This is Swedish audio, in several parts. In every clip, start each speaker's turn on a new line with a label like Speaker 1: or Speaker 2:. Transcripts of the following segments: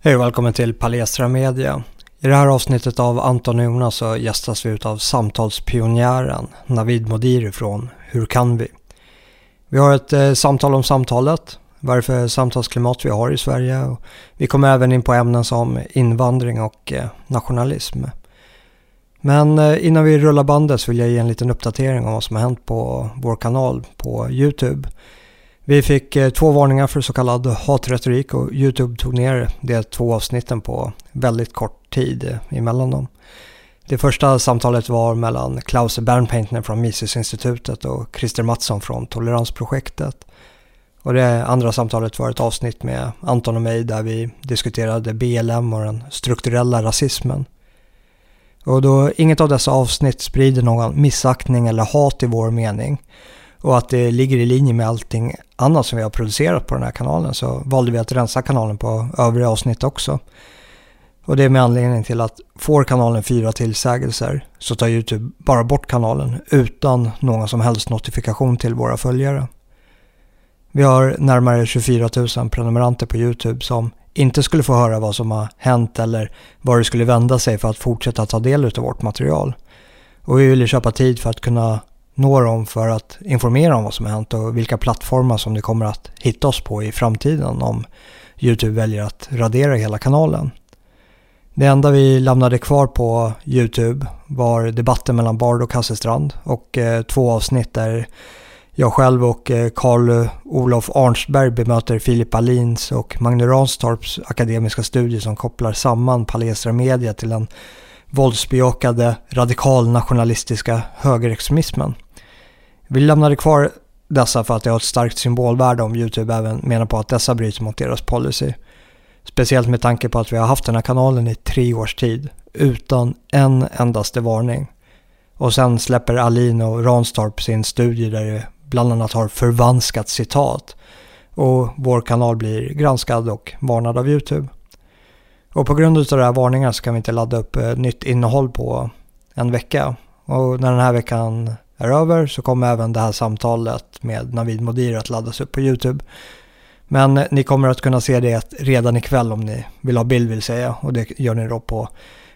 Speaker 1: Hej och välkommen till Palestra Media. I det här avsnittet av Anton och Jonas så gästas vi av samtalspionjären Navid Modiri från Hur kan vi? Vi har ett samtal om samtalet, varför samtalsklimat vi har i Sverige. Och vi kommer även in på ämnen som invandring och nationalism. Men innan vi rullar bandet så vill jag ge en liten uppdatering om vad som har hänt på vår kanal på YouTube. Vi fick 2 varningar för så kallad hatretorik och YouTube tog ner de 2 avsnitten på väldigt kort tid emellan dem. Det första samtalet var mellan Klaus Bernpaintner från Mises-institutet och Christer Mattsson från Toleransprojektet. Och det andra samtalet var ett avsnitt med Anton och mig där vi diskuterade BLM och den strukturella rasismen. Och då inget av dessa avsnitt sprider någon missaktning eller hat i vår mening och att det ligger i linje med allting annat som vi har producerat på den här kanalen så valde vi att rensa kanalen på övriga avsnitt också. Och det är med anledning till att får kanalen 4 tillsägelser så tar YouTube bara bort kanalen utan någon som helst notifikation till våra följare. Vi har närmare 24 000 prenumeranter på YouTube som inte skulle få höra vad som har hänt eller var det skulle vända sig för att fortsätta ta del av vårt material. Och vi ville köpa tid för att kunna nå dem för att informera om vad som har hänt och vilka plattformar som det kommer att hitta oss på i framtiden om YouTube väljer att radera hela kanalen. Det enda vi lämnade kvar på YouTube var debatten mellan Bard och Kasselstrand och 2 avsnitt där jag själv och Carl Olof Arnsberg bemöter Filip Alins och Magne Ranstorps akademiska studie som kopplar samman Palestra Media till den våldsbejakade radikal-nationalistiska högerextremismen. Vi lämnade kvar dessa för att det har ett starkt symbolvärde om YouTube även menar på att dessa bryter mot deras policy. Speciellt med tanke på att vi har haft den här kanalen i 3 års tid utan en endaste varning. Och sen släpper Alin och Ranstorp sin studie där det bland annat har förvanskat citat. Och vår kanal blir granskad och varnad av YouTube. Och på grund av de här varningarna så kan vi inte ladda upp nytt innehåll på en vecka. Och när den här veckan är över så kommer även det här samtalet med Navid Modiri att laddas upp på YouTube. Men ni kommer att kunna se det redan ikväll om ni vill ha bild vill säga. Och det gör ni då på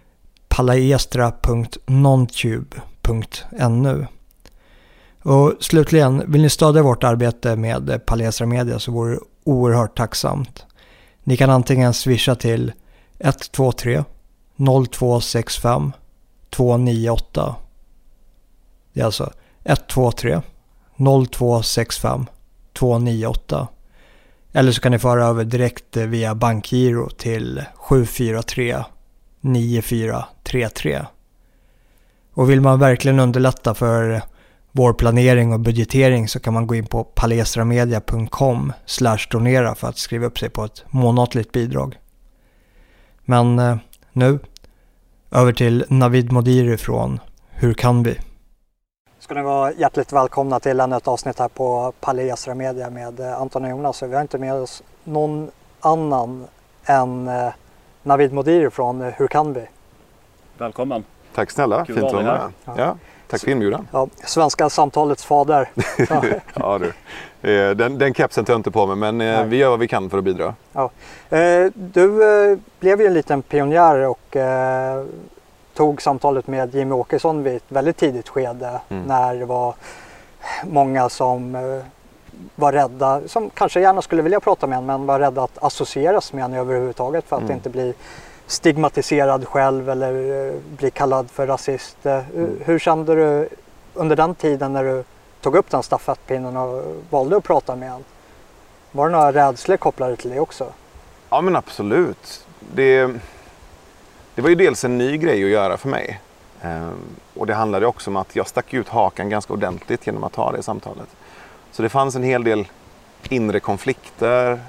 Speaker 1: palestra.nontube.nu. Och slutligen, vill ni stödja vårt arbete med Palestra Media så vore det oerhört tacksamt. Ni kan antingen swisha till 123 0265 298. Det är alltså 123 0265 298. Eller så kan ni föra över direkt via bankgiro till 743 9433. Och vill man verkligen underlätta för vår planering och budgetering så kan man gå in på palestramedia.com/donera för att skriva upp sig på ett månatligt bidrag. Men nu över till Navid Modiri från Hur kan vi? Ska ni vara hjärtligt välkomna till ännu ett avsnitt här på Palestra Media med Anton och Jonas. Vi har inte med oss någon annan än Navid Modiri från Hur kan vi?
Speaker 2: Välkommen.
Speaker 3: Tack snälla,
Speaker 2: Kul
Speaker 3: fint att vara med. Ja, tack för inbjudan.
Speaker 1: Ja, svenska samtalets fader.
Speaker 3: Ja, du. Den kepsen tar jag inte på mig, men vi gör vad vi kan för att bidra.
Speaker 1: Ja. Du blev ju en liten pionjär och tog samtalet med Jimmy Åkesson vid ett väldigt tidigt skede när det var många som var rädda, som kanske gärna skulle vilja prata med en men var rädda att associeras med en överhuvudtaget för att inte bli stigmatiserad själv eller bli kallad för rasist. Hur kände du under den tiden när du tog upp den stafettpinnen och valde att prata med en? Var det några rädslor kopplade till det också?
Speaker 3: Ja, men absolut. Det var ju dels en ny grej att göra för mig. Och det handlade också om att jag stack ut hakan ganska ordentligt genom att ta det samtalet. Så det fanns en hel del inre konflikter.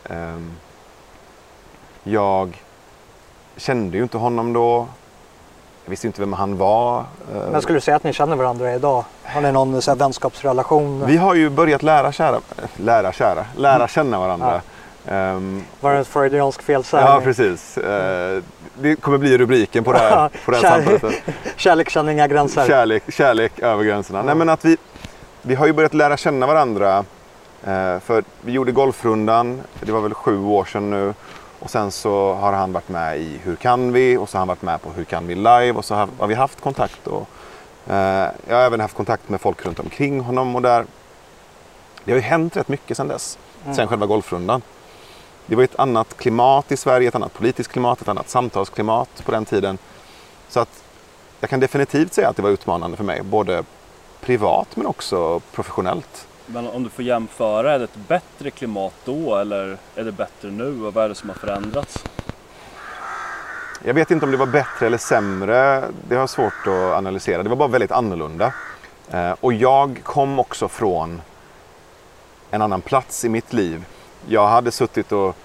Speaker 3: Jag kände ju inte honom då. Jag visste inte vem han var.
Speaker 1: Men skulle du säga att ni känner varandra idag? Har ni någon så här vänskapsrelation?
Speaker 3: Vi har ju börjat lära känna varandra.
Speaker 1: Ja. Var det en freudiansk felsägning?
Speaker 3: Ja, precis. Det kommer bli rubriken på det här samtalet.
Speaker 1: Kärlek känner inga gränser.
Speaker 3: Kärlek över gränserna. Nej, men att vi har ju börjat lära känna varandra. För vi gjorde golfrundan, det var väl 7 år sedan nu. Och sen så har han varit med i Hur kan vi? Och så har han varit med på Hur kan vi live? Och så har vi haft kontakt. Och, jag har även haft kontakt med folk runt omkring honom. Och det har ju hänt rätt mycket sedan dess. Sen själva golfrundan. Det var ett annat klimat i Sverige, ett annat politiskt klimat, ett annat samtalsklimat på den tiden. Så att jag kan definitivt säga att det var utmanande för mig. Både privat men också professionellt.
Speaker 2: Men om du får jämföra, är det ett bättre klimat då eller är det bättre nu? Och vad är det som har förändrats?
Speaker 3: Jag vet inte om det var bättre eller sämre. Det har svårt att analysera. Det var bara väldigt annorlunda. Och jag kom också från en annan plats i mitt liv. Jag hade suttit och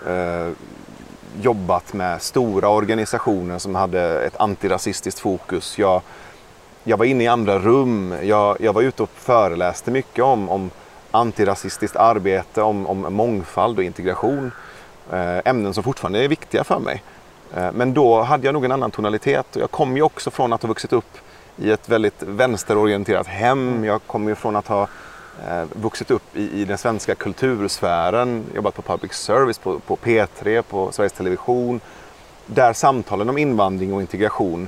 Speaker 3: jobbat med stora organisationer som hade ett antirasistiskt fokus. Jag var inne i andra rum. Jag var ute och föreläste mycket om antirasistiskt arbete, om mångfald och integration. Ämnen som fortfarande är viktiga för mig. Men då hade jag nog en annan tonalitet. Och jag kom ju också från att ha vuxit upp i ett väldigt vänsterorienterat hem. Jag kom ju från att ha vuxit upp i den svenska kultursfären, jobbat på public service, på P3, på Sveriges Television, där samtalen om invandring och integration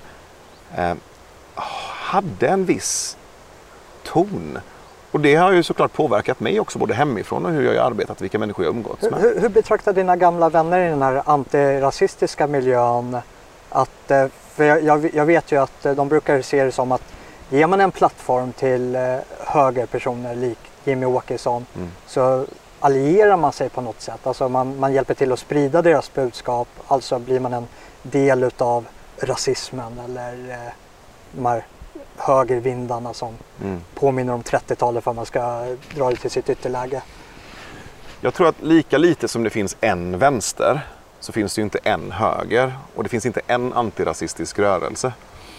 Speaker 3: hade en viss ton. Och det har ju såklart påverkat mig också, både hemifrån och hur jag har arbetat, vilka människor jag umgåtts med.
Speaker 1: Hur betraktar dina gamla vänner i den här antirasistiska miljön? För jag vet ju att de brukar se det som att ger man en plattform till högerpersoner lik Jimmy Åkesson så allierar man sig på något sätt. Alltså man hjälper till att sprida deras budskap. Alltså blir man en del utav rasismen eller de här högervindarna som påminner om 30-talet för att man ska dra det till sitt ytterläge.
Speaker 3: Jag tror att lika lite som det finns en vänster så finns det ju inte en höger. Och det finns inte en antirasistisk rörelse.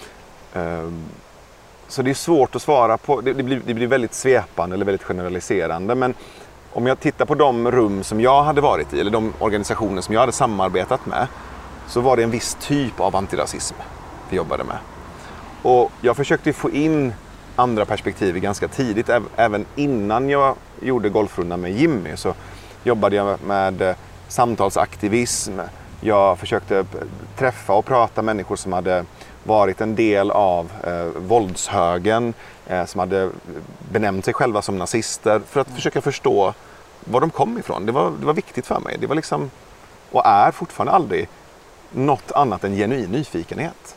Speaker 3: Så det är svårt att svara på. Det blir väldigt svepande eller väldigt generaliserande. Men om jag tittar på de rum som jag hade varit i eller de organisationer som jag hade samarbetat med så var det en viss typ av antirasism vi jobbade med. Och jag försökte få in andra perspektiv ganska tidigt. Även innan jag gjorde golfrundan med Jimmy så jobbade jag med samtalsaktivism. Jag försökte träffa och prata med människor som hade varit en del av våldshögen, som hade benämnt sig själva som nazister för att försöka förstå var de kom ifrån. Det var viktigt för mig. Det var liksom, och är fortfarande aldrig, något annat än genuin nyfikenhet.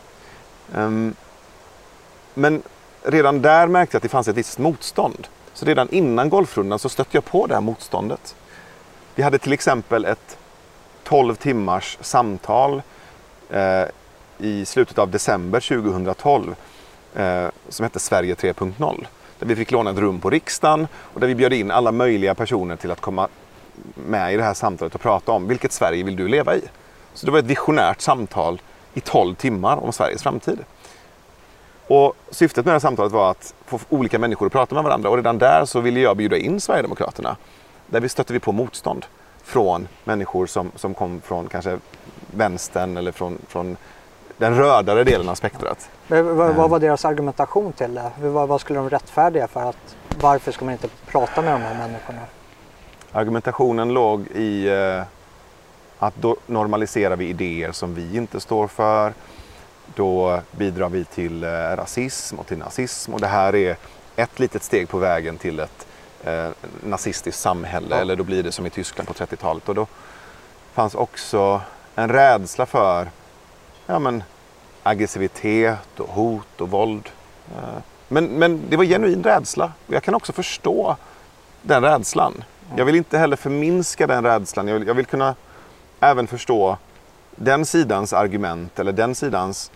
Speaker 3: Men redan där märkte jag att det fanns ett visst motstånd. Så redan innan golfrundan så stötte jag på det här motståndet. Vi hade till exempel ett 12 timmars samtal i slutet av december 2012 som hette Sverige 3.0. Där vi fick låna ett rum på riksdagen och där vi bjöd in alla möjliga personer till att komma med i det här samtalet och prata om vilket Sverige vill du leva i. Så det var ett visionärt samtal i 12 timmar om Sveriges framtid. Och syftet med det här samtalet var att få olika människor att prata med varandra och redan där så ville jag bjuda in Sverigedemokraterna. Där stötte vi på motstånd från människor som kom från kanske vänstern eller från den rödare delen av spektrat.
Speaker 1: Vad var deras argumentation till det? Vad skulle de rättfärdiga för att varför ska man inte prata med de här människorna?
Speaker 3: Argumentationen låg i att då normaliserar vi idéer som vi inte står för. Då bidrar vi till rasism och till nazism och det här är ett litet steg på vägen till ett nazistiskt samhälle eller då blir det som i Tyskland på 30-talet och då fanns också en rädsla för aggressivitet och hot och våld. Men det var genuin rädsla. Jag kan också förstå den rädslan. Jag vill inte heller förminska den rädslan. Jag vill kunna även förstå den sidans argument eller den sidans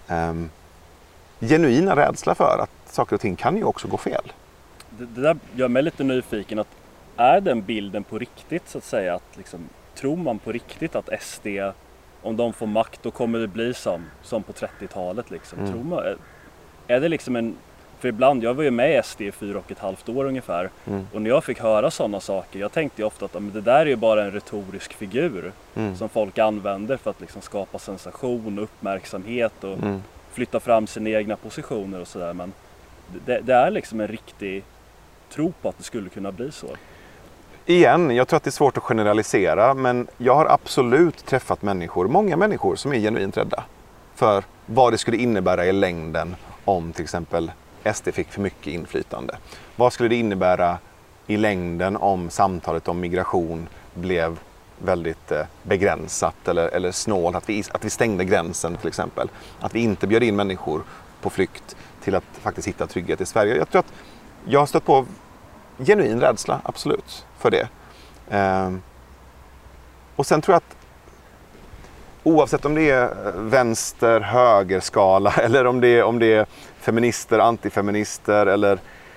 Speaker 3: genuina rädsla för att saker och ting kan ju också gå fel.
Speaker 2: Det där gör mig lite nyfiken. Att är den bilden på riktigt så att säga? Att liksom, tror man på riktigt att SD, om de får makt, då kommer det bli som på 30-talet? Liksom. Tror man, är det liksom en... För ibland, jag var ju med i SD i 4,5 år ungefär. Och när jag fick höra sådana saker, jag tänkte ju ofta att det där är ju bara en retorisk figur som folk använder för att liksom skapa sensation och uppmärksamhet och flytta fram sina egna positioner och sådär. Men det är liksom en riktig tro på att det skulle kunna bli så.
Speaker 3: Igen, jag tror att det är svårt att generalisera, men jag har absolut träffat många människor som är genuint rädda för vad det skulle innebära i längden om till exempel SD fick för mycket inflytande. Vad skulle det innebära i längden om samtalet om migration blev väldigt begränsat eller snålt, att vi stängde gränsen till exempel. Att vi inte bjöd in människor på flykt till att faktiskt hitta trygghet i Sverige. Jag tror att jag har stött på genuin rädsla, absolut, för det. Och sen tror jag att oavsett om det är vänster-högerskala eller om det är feminister, antifeminister eller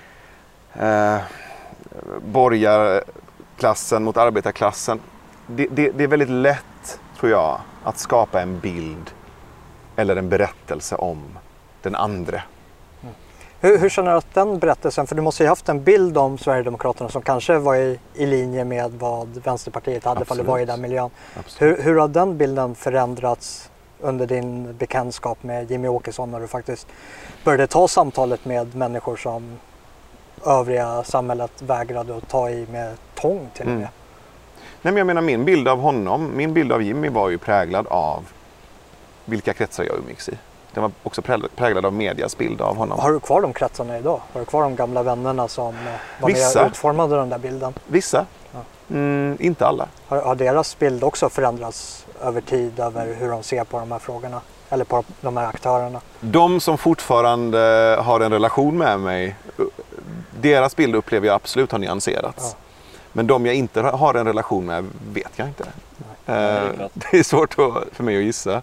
Speaker 3: borgarklassen mot arbetarklassen. Det är väldigt lätt, tror jag, att skapa en bild eller en berättelse om den andra.
Speaker 1: Hur känner du att den berättelsen, för du måste ju haft en bild om Sverigedemokraterna som kanske var i linje med vad Vänsterpartiet hade för det var i den miljön. Hur har den bilden förändrats under din bekantskap med Jimmie Åkesson när du faktiskt började ta samtalet med människor som övriga samhället vägrade att ta i med tång till och med?
Speaker 3: Nej, men jag menar min bild av Jimmie var ju präglad av vilka kretsar jag umgicks i. Den var också präglad av medias bild av honom.
Speaker 1: Har du kvar de kretsarna idag? Har du kvar de gamla vännerna som var med och utformade den där bilden?
Speaker 3: Vissa. Ja. Inte alla.
Speaker 1: Har deras bild också förändrats över tid, över hur de ser på de här frågorna? Eller på de här aktörerna?
Speaker 3: De som fortfarande har en relation med mig, deras bild upplever jag absolut har nyanserats. Ja. Men de jag inte har en relation med vet jag inte. Det är svårt för mig att gissa.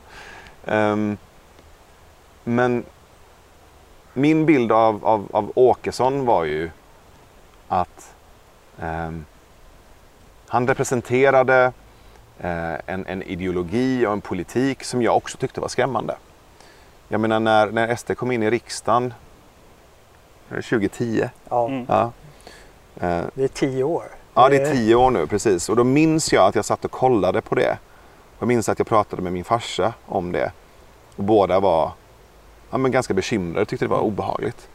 Speaker 3: Men min bild av Åkesson var ju att han representerade en ideologi och en politik som jag också tyckte var skrämmande. Jag menar när SD kom in i riksdagen 2010.
Speaker 1: Ja.
Speaker 3: Ja.
Speaker 1: Det är 10 år.
Speaker 3: Ja, det är 10 år nu, precis. Och då minns jag att jag satt och kollade på det. Jag minns att jag pratade med min farsa om det. Och båda var ganska bekymrade, tyckte det var obehagligt.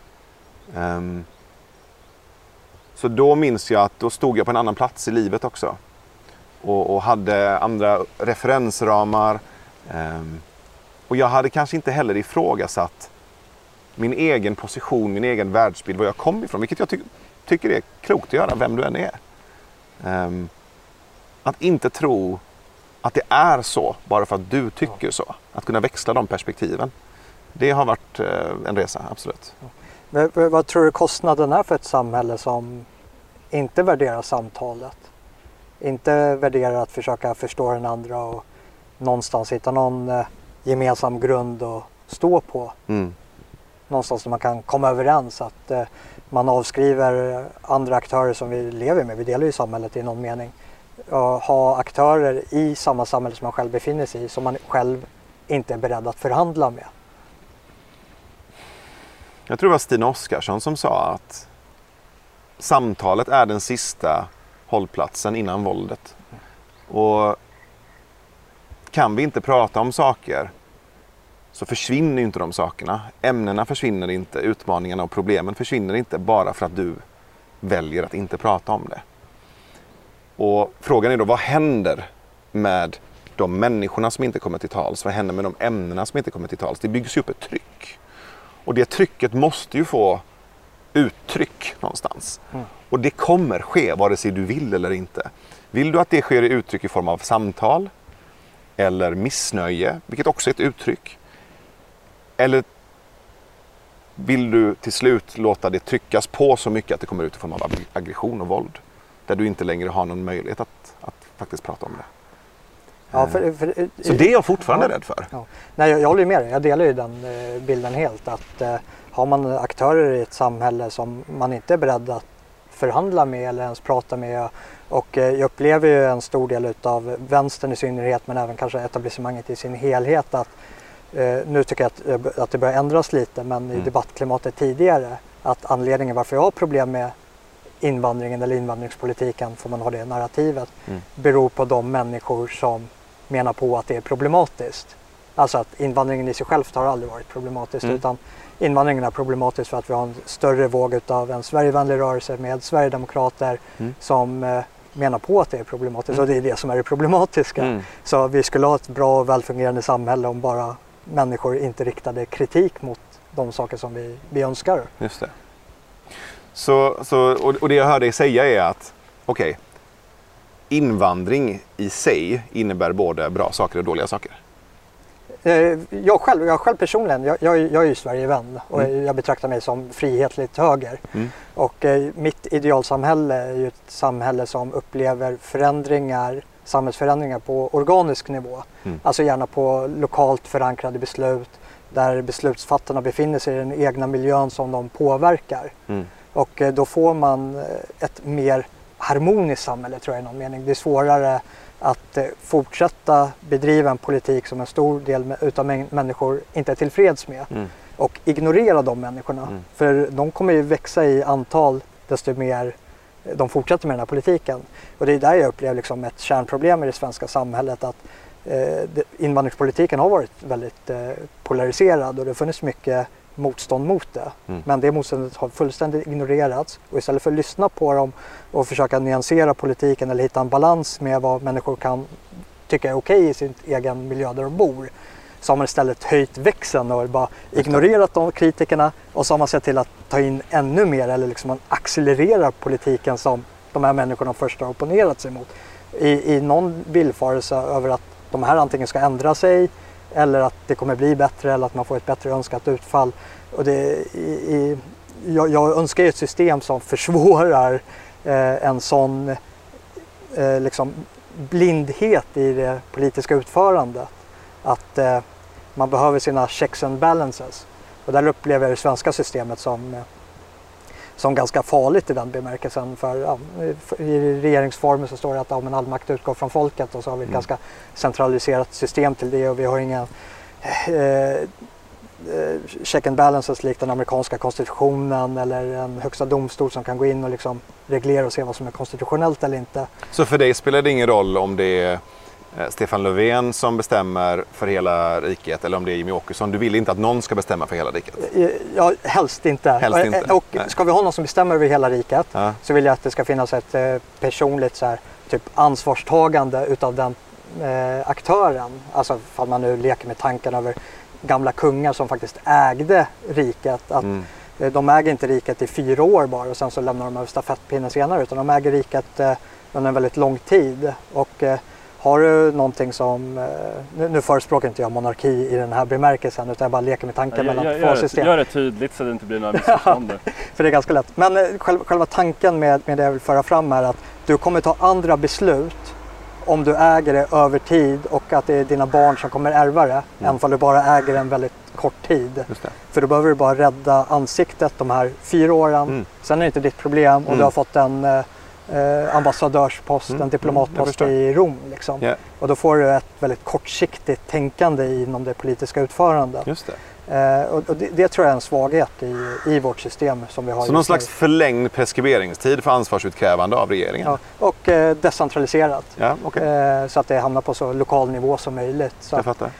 Speaker 3: Så då minns jag att då stod jag på en annan plats i livet också. Och hade andra referensramar. Och jag hade kanske inte heller ifrågasatt min egen position, min egen världsbild, var jag kom ifrån. Vilket jag tycker är klokt att göra, vem du än är. Att inte tro att det är så, bara för att du tycker så. Att kunna växla de perspektiven. Det har varit en resa, absolut.
Speaker 1: Men vad tror du kostnaden är för ett samhälle som inte värderar samtalet? Inte värderar att försöka förstå den andra och någonstans hitta någon gemensam grund att stå på. Någonstans där man kan komma överens, att man avskriver andra aktörer som vi lever med. Vi delar ju samhället i någon mening. Ha aktörer i samma samhälle som man själv befinner sig i som man själv inte är beredd att förhandla med.
Speaker 3: Jag tror det var Stina Oskarsson som sa att samtalet är den sista hållplatsen innan våldet. Och kan vi inte prata om saker så försvinner inte de sakerna. Ämnena försvinner inte, utmaningarna och problemen försvinner inte bara för att du väljer att inte prata om det. Och frågan är då, vad händer med de människorna som inte kommer till tals? Vad händer med de ämnena som inte kommer till tals? Det byggs ju upp ett tryck. Och det trycket måste ju få uttryck någonstans. Och det kommer ske vare sig du vill eller inte. Vill du att det sker i uttryck i form av samtal eller missnöje, vilket också är ett uttryck? Eller vill du till slut låta det tryckas på så mycket att det kommer ut i form av aggression och våld? Där du inte längre har någon möjlighet att faktiskt prata om det.
Speaker 1: Ja,
Speaker 3: så det är jag fortfarande rädd för.
Speaker 1: Ja. Nej, jag håller med dig. Jag delar ju den bilden helt. Att har man aktörer i ett samhälle som man inte är beredd att förhandla med eller ens prata med. Och jag upplever ju en stor del av vänstern i synnerhet, men även kanske etablissemanget i sin helhet, att nu tycker jag att det börjar ändras lite, men i debattklimatet tidigare, att anledningen varför jag har problem med invandringen eller invandringspolitiken, får man ha det narrativet, beror på de människor som menar på att det är problematiskt. Alltså att invandringen i sig själv har aldrig varit problematiskt, utan invandringen är problematisk för att vi har en större våg av en Sverigevänlig rörelse med Sverigedemokrater som menar på att det är problematiskt och det är det som är det problematiska. Så vi skulle ha ett bra och välfungerande samhälle om bara människor inte riktade kritik mot de saker som vi önskar.
Speaker 3: Just det. Och det jag hörde dig säga är att invandring i sig innebär både bra saker och dåliga saker.
Speaker 1: Jag själv personligen, jag är ju Sverigevän och jag betraktar mig som frihetligt höger. Och mitt idealsamhälle är ju ett samhälle som upplever samhällsförändringar på organisk nivå. Alltså gärna på lokalt förankrade beslut där beslutsfattarna befinner sig i den egna miljön som de påverkar. Och då får man ett mer harmoniskt samhälle, tror jag i någon mening. Det är svårare att fortsätta bedriva en politik som en stor del utav människor inte är tillfreds med och ignorera de människorna. För de kommer ju växa i antal desto mer de fortsätter med den här politiken. Och det är där jag upplever liksom ett kärnproblem i det svenska samhället, att invandringspolitiken har varit väldigt polariserad och det har funnits mycket motstånd mot det. Men det motståndet har fullständigt ignorerats och istället för att lyssna på dem och försöka nyansera politiken eller hitta en balans med vad människor kan tycka är okej i sin egen miljö där de bor, så har man istället höjt växeln och bara ignorerat de kritikerna och så har man sett till att ta in ännu mer, eller liksom man accelererar politiken som de här människorna först har opponerat sig mot i någon villfarelse över att de här antingen ska ändra sig eller att det kommer bli bättre eller att man får ett bättre önskat utfall. Och jag önskar ju ett system som försvårar en sån liksom blindhet i det politiska utförandet. Att man behöver sina checks and balances. Och där upplever jag det svenska systemet som ganska farligt i den bemärkelsen. För i regeringsformen så står det att all makt utgår från folket och så har vi ett ganska centraliserat system till det och vi har inga check and balances likt den amerikanska konstitutionen eller en högsta domstol som kan gå in och liksom reglera och se vad som är konstitutionellt eller inte. Så
Speaker 3: för dig spelar det ingen roll om det är Stefan Löfven som bestämmer för hela riket eller om det är Jimmie Åkesson? Du vill inte att någon ska bestämma för hela riket?
Speaker 1: Ja, helst inte. Och ska vi ha någon som bestämmer över hela riket så vill jag att det ska finnas ett personligt så här, typ ansvarstagande utav den aktören. Alltså för man nu leker med tanken över gamla kungar som faktiskt ägde riket. Att de äger inte riket i 4 år bara och sen så lämnar de över stafettpinnen senare, utan de äger riket under en väldigt lång tid. Och har du någonting som, nu förespråkar inte jag monarki i den här bemärkelsen utan jag bara leker med tanken mellan två system.
Speaker 2: Gör det tydligt så det inte blir några missförstånd.
Speaker 1: För det är ganska lätt. Men själva tanken med det jag vill föra fram är att du kommer ta andra beslut om du äger det över tid och att det är dina barn som kommer ärva det än om du bara äger en väldigt kort tid. För då behöver du bara rädda ansiktet de här 4 åren. Sen är det inte ditt problem och du har fått en ambassadörspost, en diplomatpost i Rom. Liksom. Och då får du ett väldigt kortsiktigt tänkande inom det politiska utförandet.
Speaker 3: Just det.
Speaker 1: Och det tror jag är en svaghet i vårt system som vi har.
Speaker 3: Så någon slags förlängd preskriberingstid för ansvarsutkrävande av regeringen?
Speaker 1: Ja, och decentraliserat. Ja, okay. Så att det hamnar på så lokal nivå som möjligt. Så
Speaker 3: jag fattar.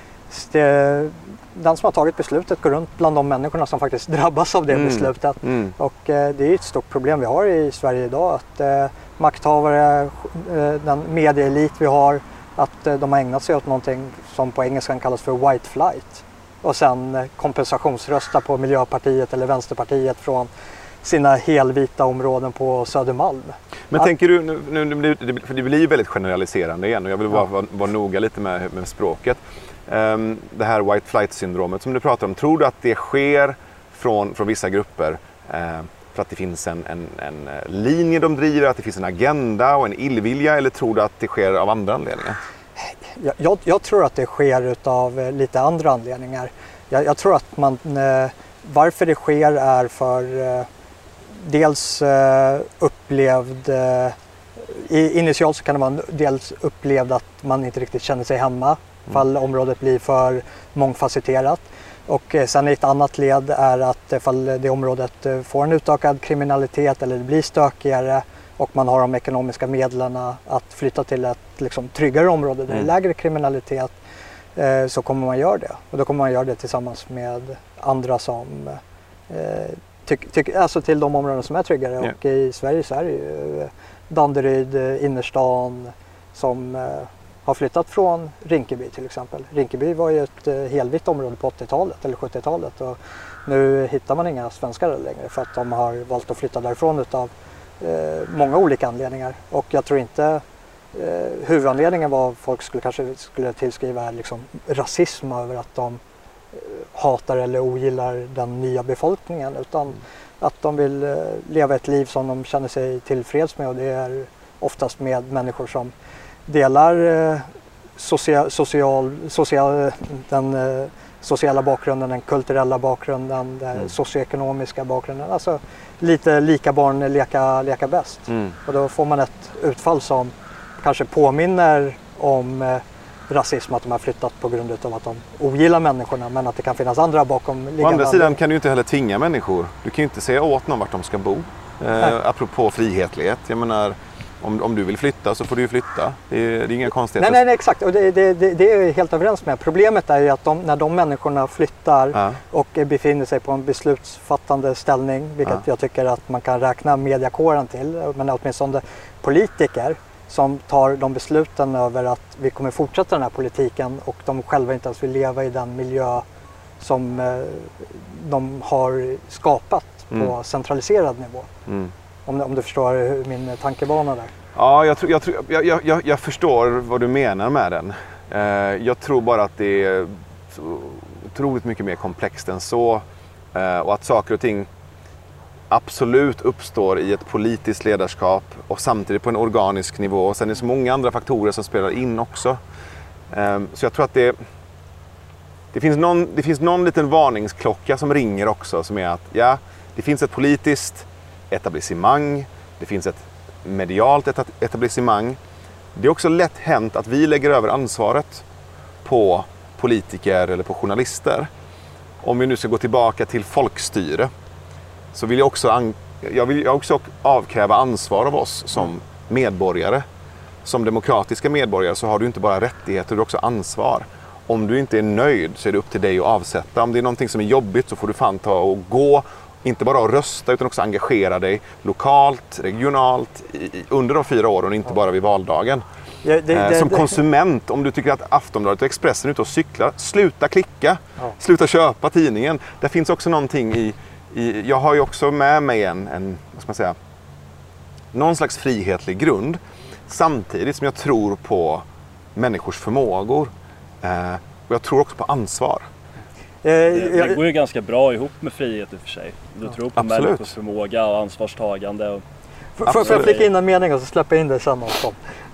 Speaker 1: Den som har tagit beslutet går runt bland de människorna som faktiskt drabbas av det beslutet. Och det är ett stort problem vi har i Sverige idag. Att makthavare, den medieelit vi har, att de har ägnat sig åt någonting som på engelska kallas för white flight. Och sen kompensationsrösta på Miljöpartiet eller Vänsterpartiet från sina helvita områden på Södermalm.
Speaker 3: Men tänker du, för det blir ju väldigt generaliserande igen och jag vill bara vara noga lite med språket. Det här white flight-syndromet som du pratar om, tror du att det sker från vissa grupper för att det finns en linje de driver, att det finns en agenda och en illvilja, eller tror du att det sker av andra anledningar?
Speaker 1: Jag tror att det sker av lite andra anledningar. Jag tror att varför det sker är för dels upplevd, initialt så kan det vara dels upplevd att man inte riktigt känner sig hemma ifall området blir för mångfacetterat. Och sen i ett annat led är att ifall det området får en utökad kriminalitet eller det blir stökigare och man har de ekonomiska medlen att flytta till ett liksom tryggare område där det är lägre kriminalitet, så kommer man göra det. Och då kommer man göra det tillsammans med andra som alltså till de områden som är tryggare. Och i Sverige så är det ju Danderyd, innerstan som har flyttat från Rinkeby till exempel. Rinkeby var ju ett helvitt område på 80-talet eller 70-talet och nu hittar man inga svenskar längre för att de har valt att flytta därifrån utav många olika anledningar. Och jag tror inte huvudanledningen var folk skulle tillskriva liksom rasism över att de hatar eller ogillar den nya befolkningen utan att de vill leva ett liv som de känner sig tillfreds med och det är oftast med människor som delar den sociala bakgrunden, den kulturella bakgrunden, den socioekonomiska bakgrunden. Alltså lite lika barn leka bäst. Och då får man ett utfall som kanske påminner om rasism, att de har flyttat på grund av att de ogillar människorna men att det kan finnas andra bakomliggande.
Speaker 3: Å andra sidan kan du inte heller tvinga människor. Du kan ju inte säga åt någon vart de ska bo. Apropå frihetlighet. Jag menar, om du vill flytta så får du ju flytta. Det är inga konstigheter.
Speaker 1: Nej, exakt. Och det är jag helt överens med. Problemet är ju att när de människorna flyttar och befinner sig på en beslutsfattande ställning, vilket jag tycker att man kan räkna mediakåren till, men åtminstone politiker som tar de besluten över att vi kommer fortsätta den här politiken och de själva inte ens vill leva i den miljö som de har skapat på centraliserad nivå. Om du förstår min tankebana där.
Speaker 3: Ja, jag förstår vad du menar med den. Jag tror bara att det är så otroligt mycket mer komplext än så. Och att saker och ting absolut uppstår i ett politiskt ledarskap och samtidigt på en organisk nivå. Och sen är det så många andra faktorer som spelar in också. Så jag tror att det finns någon liten varningsklocka som ringer också, som är att det finns ett politiskt etablissemang, det finns ett medialt etablissemang. Det är också lätt hänt att vi lägger över ansvaret på politiker eller på journalister. Om vi nu ska gå tillbaka till folkstyre så vill jag vill också avkräva ansvar av oss som medborgare. Som demokratiska medborgare så har du inte bara rättigheter, du har också ansvar. Om du inte är nöjd så är det upp till dig att avsätta. Om det är någonting som är jobbigt så får du fan ta och gå. Inte bara att rösta utan också engagera dig lokalt, regionalt under de 4 åren och inte bara vid valdagen. Som konsument, om du tycker att Aftonbladet och Expressen är ute och cyklar, sluta klicka, sluta köpa tidningen. Det finns också någonting i jag har ju också med mig vad ska man säga, någon slags frihetlig grund samtidigt som jag tror på människors förmågor och jag tror också på ansvar.
Speaker 2: Det går ju ganska bra ihop med frihet i och för sig. Du tror på
Speaker 3: absolut.
Speaker 2: människors förmåga och ansvarstagande. Och...
Speaker 1: Får jag flika in en mening och så släpper jag in det sen också?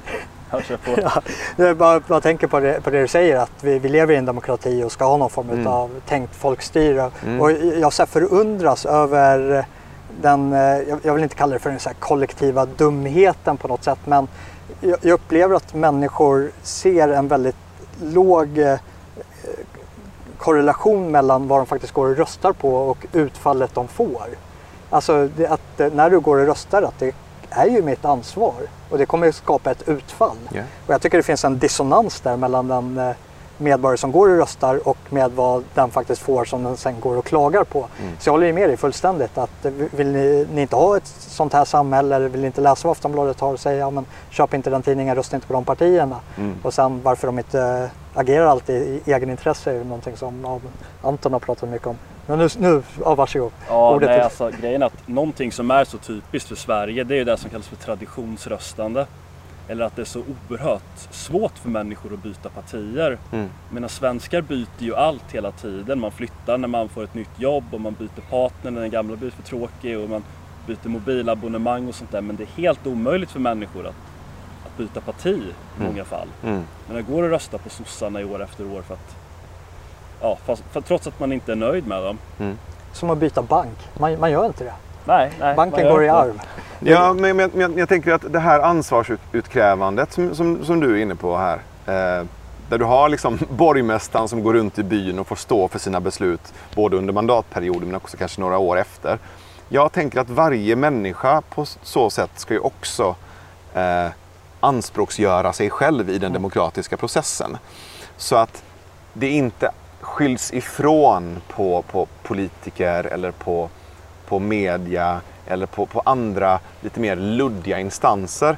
Speaker 1: Jag bara tänker på det du säger, att vi lever i en demokrati och ska ha någon form av tänkt folkstyre. Och jag så förundras över den, jag vill inte kalla det för den så här kollektiva dumheten på något sätt, men jag upplever att människor ser en väldigt låg korrelation mellan vad de faktiskt går och röstar på och utfallet de får. Alltså att när du går och röstar, att det är ju mitt ansvar och det kommer att skapa ett utfall. Yeah. Och jag tycker det finns en dissonans där mellan den medborgare som går och röstar och med vad den faktiskt får som den sen går och klagar på. Så jag håller ju med dig fullständigt att vill ni inte ha ett sånt här samhälle, eller vill ni inte läsa vad Aftonbladet har och säga, ja men köp inte den tidningen, rösta inte på de partierna. Och sen varför de inte agerar alltid i egen intresse är ju någonting som Anton har pratat mycket om. Men nu varsågod.
Speaker 2: Ja, nej, alltså, grejen är att någonting som är så typiskt för Sverige, det är ju det som kallas för traditionsröstande. Eller att det är så oerhört svårt för människor att byta partier. Men svenskar byter ju allt hela tiden. Man flyttar när man får ett nytt jobb och man byter partner när den gamla blir för tråkig och man byter mobilabonnemang och sånt där. Men det är helt omöjligt för människor att byta parti i många fall. Men det går att rösta på sossarna i år efter år för trots att man inte är nöjd med dem.
Speaker 1: Som att byta bank. Man gör inte det.
Speaker 2: Nej,
Speaker 1: banken går i arv.
Speaker 3: Ja, men jag tänker att det här ansvarsutkrävandet som du är inne på här, där du har liksom borgmästaren som går runt i byn och får stå för sina beslut både under mandatperioden men också kanske några år efter. Jag tänker att varje människa på så sätt ska ju också anspråksgöra sig själv i den demokratiska processen. Så att det inte skylls ifrån på politiker eller på på media eller på andra lite mer luddiga instanser.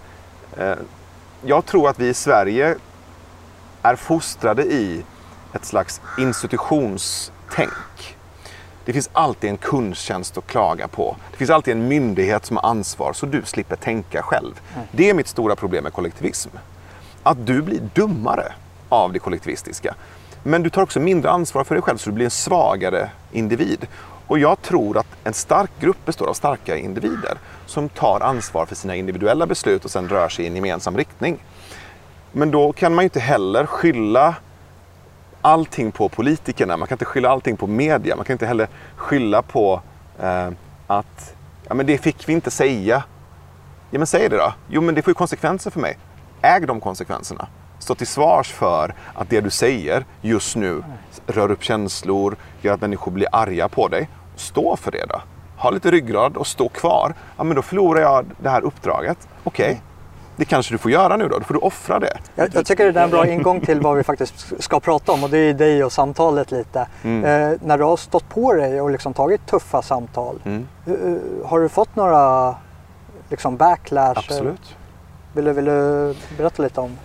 Speaker 3: Jag tror att vi i Sverige är fostrade i ett slags institutionstänk. Det finns alltid en kundtjänst att klaga på. Det finns alltid en myndighet som har ansvar så du slipper tänka själv. Det är mitt stora problem med kollektivism. Att du blir dummare av det kollektivistiska. Men du tar också mindre ansvar för dig själv så du blir en svagare individ. Och jag tror att en stark grupp består av starka individer som tar ansvar för sina individuella beslut och sen rör sig i en gemensam riktning. Men då kan man ju inte heller skylla allting på politikerna. Man kan inte skylla allting på media. Man kan inte heller skylla på att men det fick vi inte säga. Ja, men säg det då. Jo, men det får ju konsekvenser för mig. Äg de konsekvenserna. Stå till svars för att det du säger just nu rör upp känslor, gör att människor blir arga på dig. Stå för det då. Ha lite ryggrad och stå kvar. Ja, men då förlorar jag det här uppdraget. Okej. Det kanske du får göra nu då får du offra det.
Speaker 1: Jag tycker det är en bra ingång till vad vi faktiskt ska prata om och det är dig och samtalet lite. När du har stått på dig och liksom tagit tuffa samtal, har du fått några liksom backlash?
Speaker 3: Absolut.
Speaker 1: Vill du berätta lite om?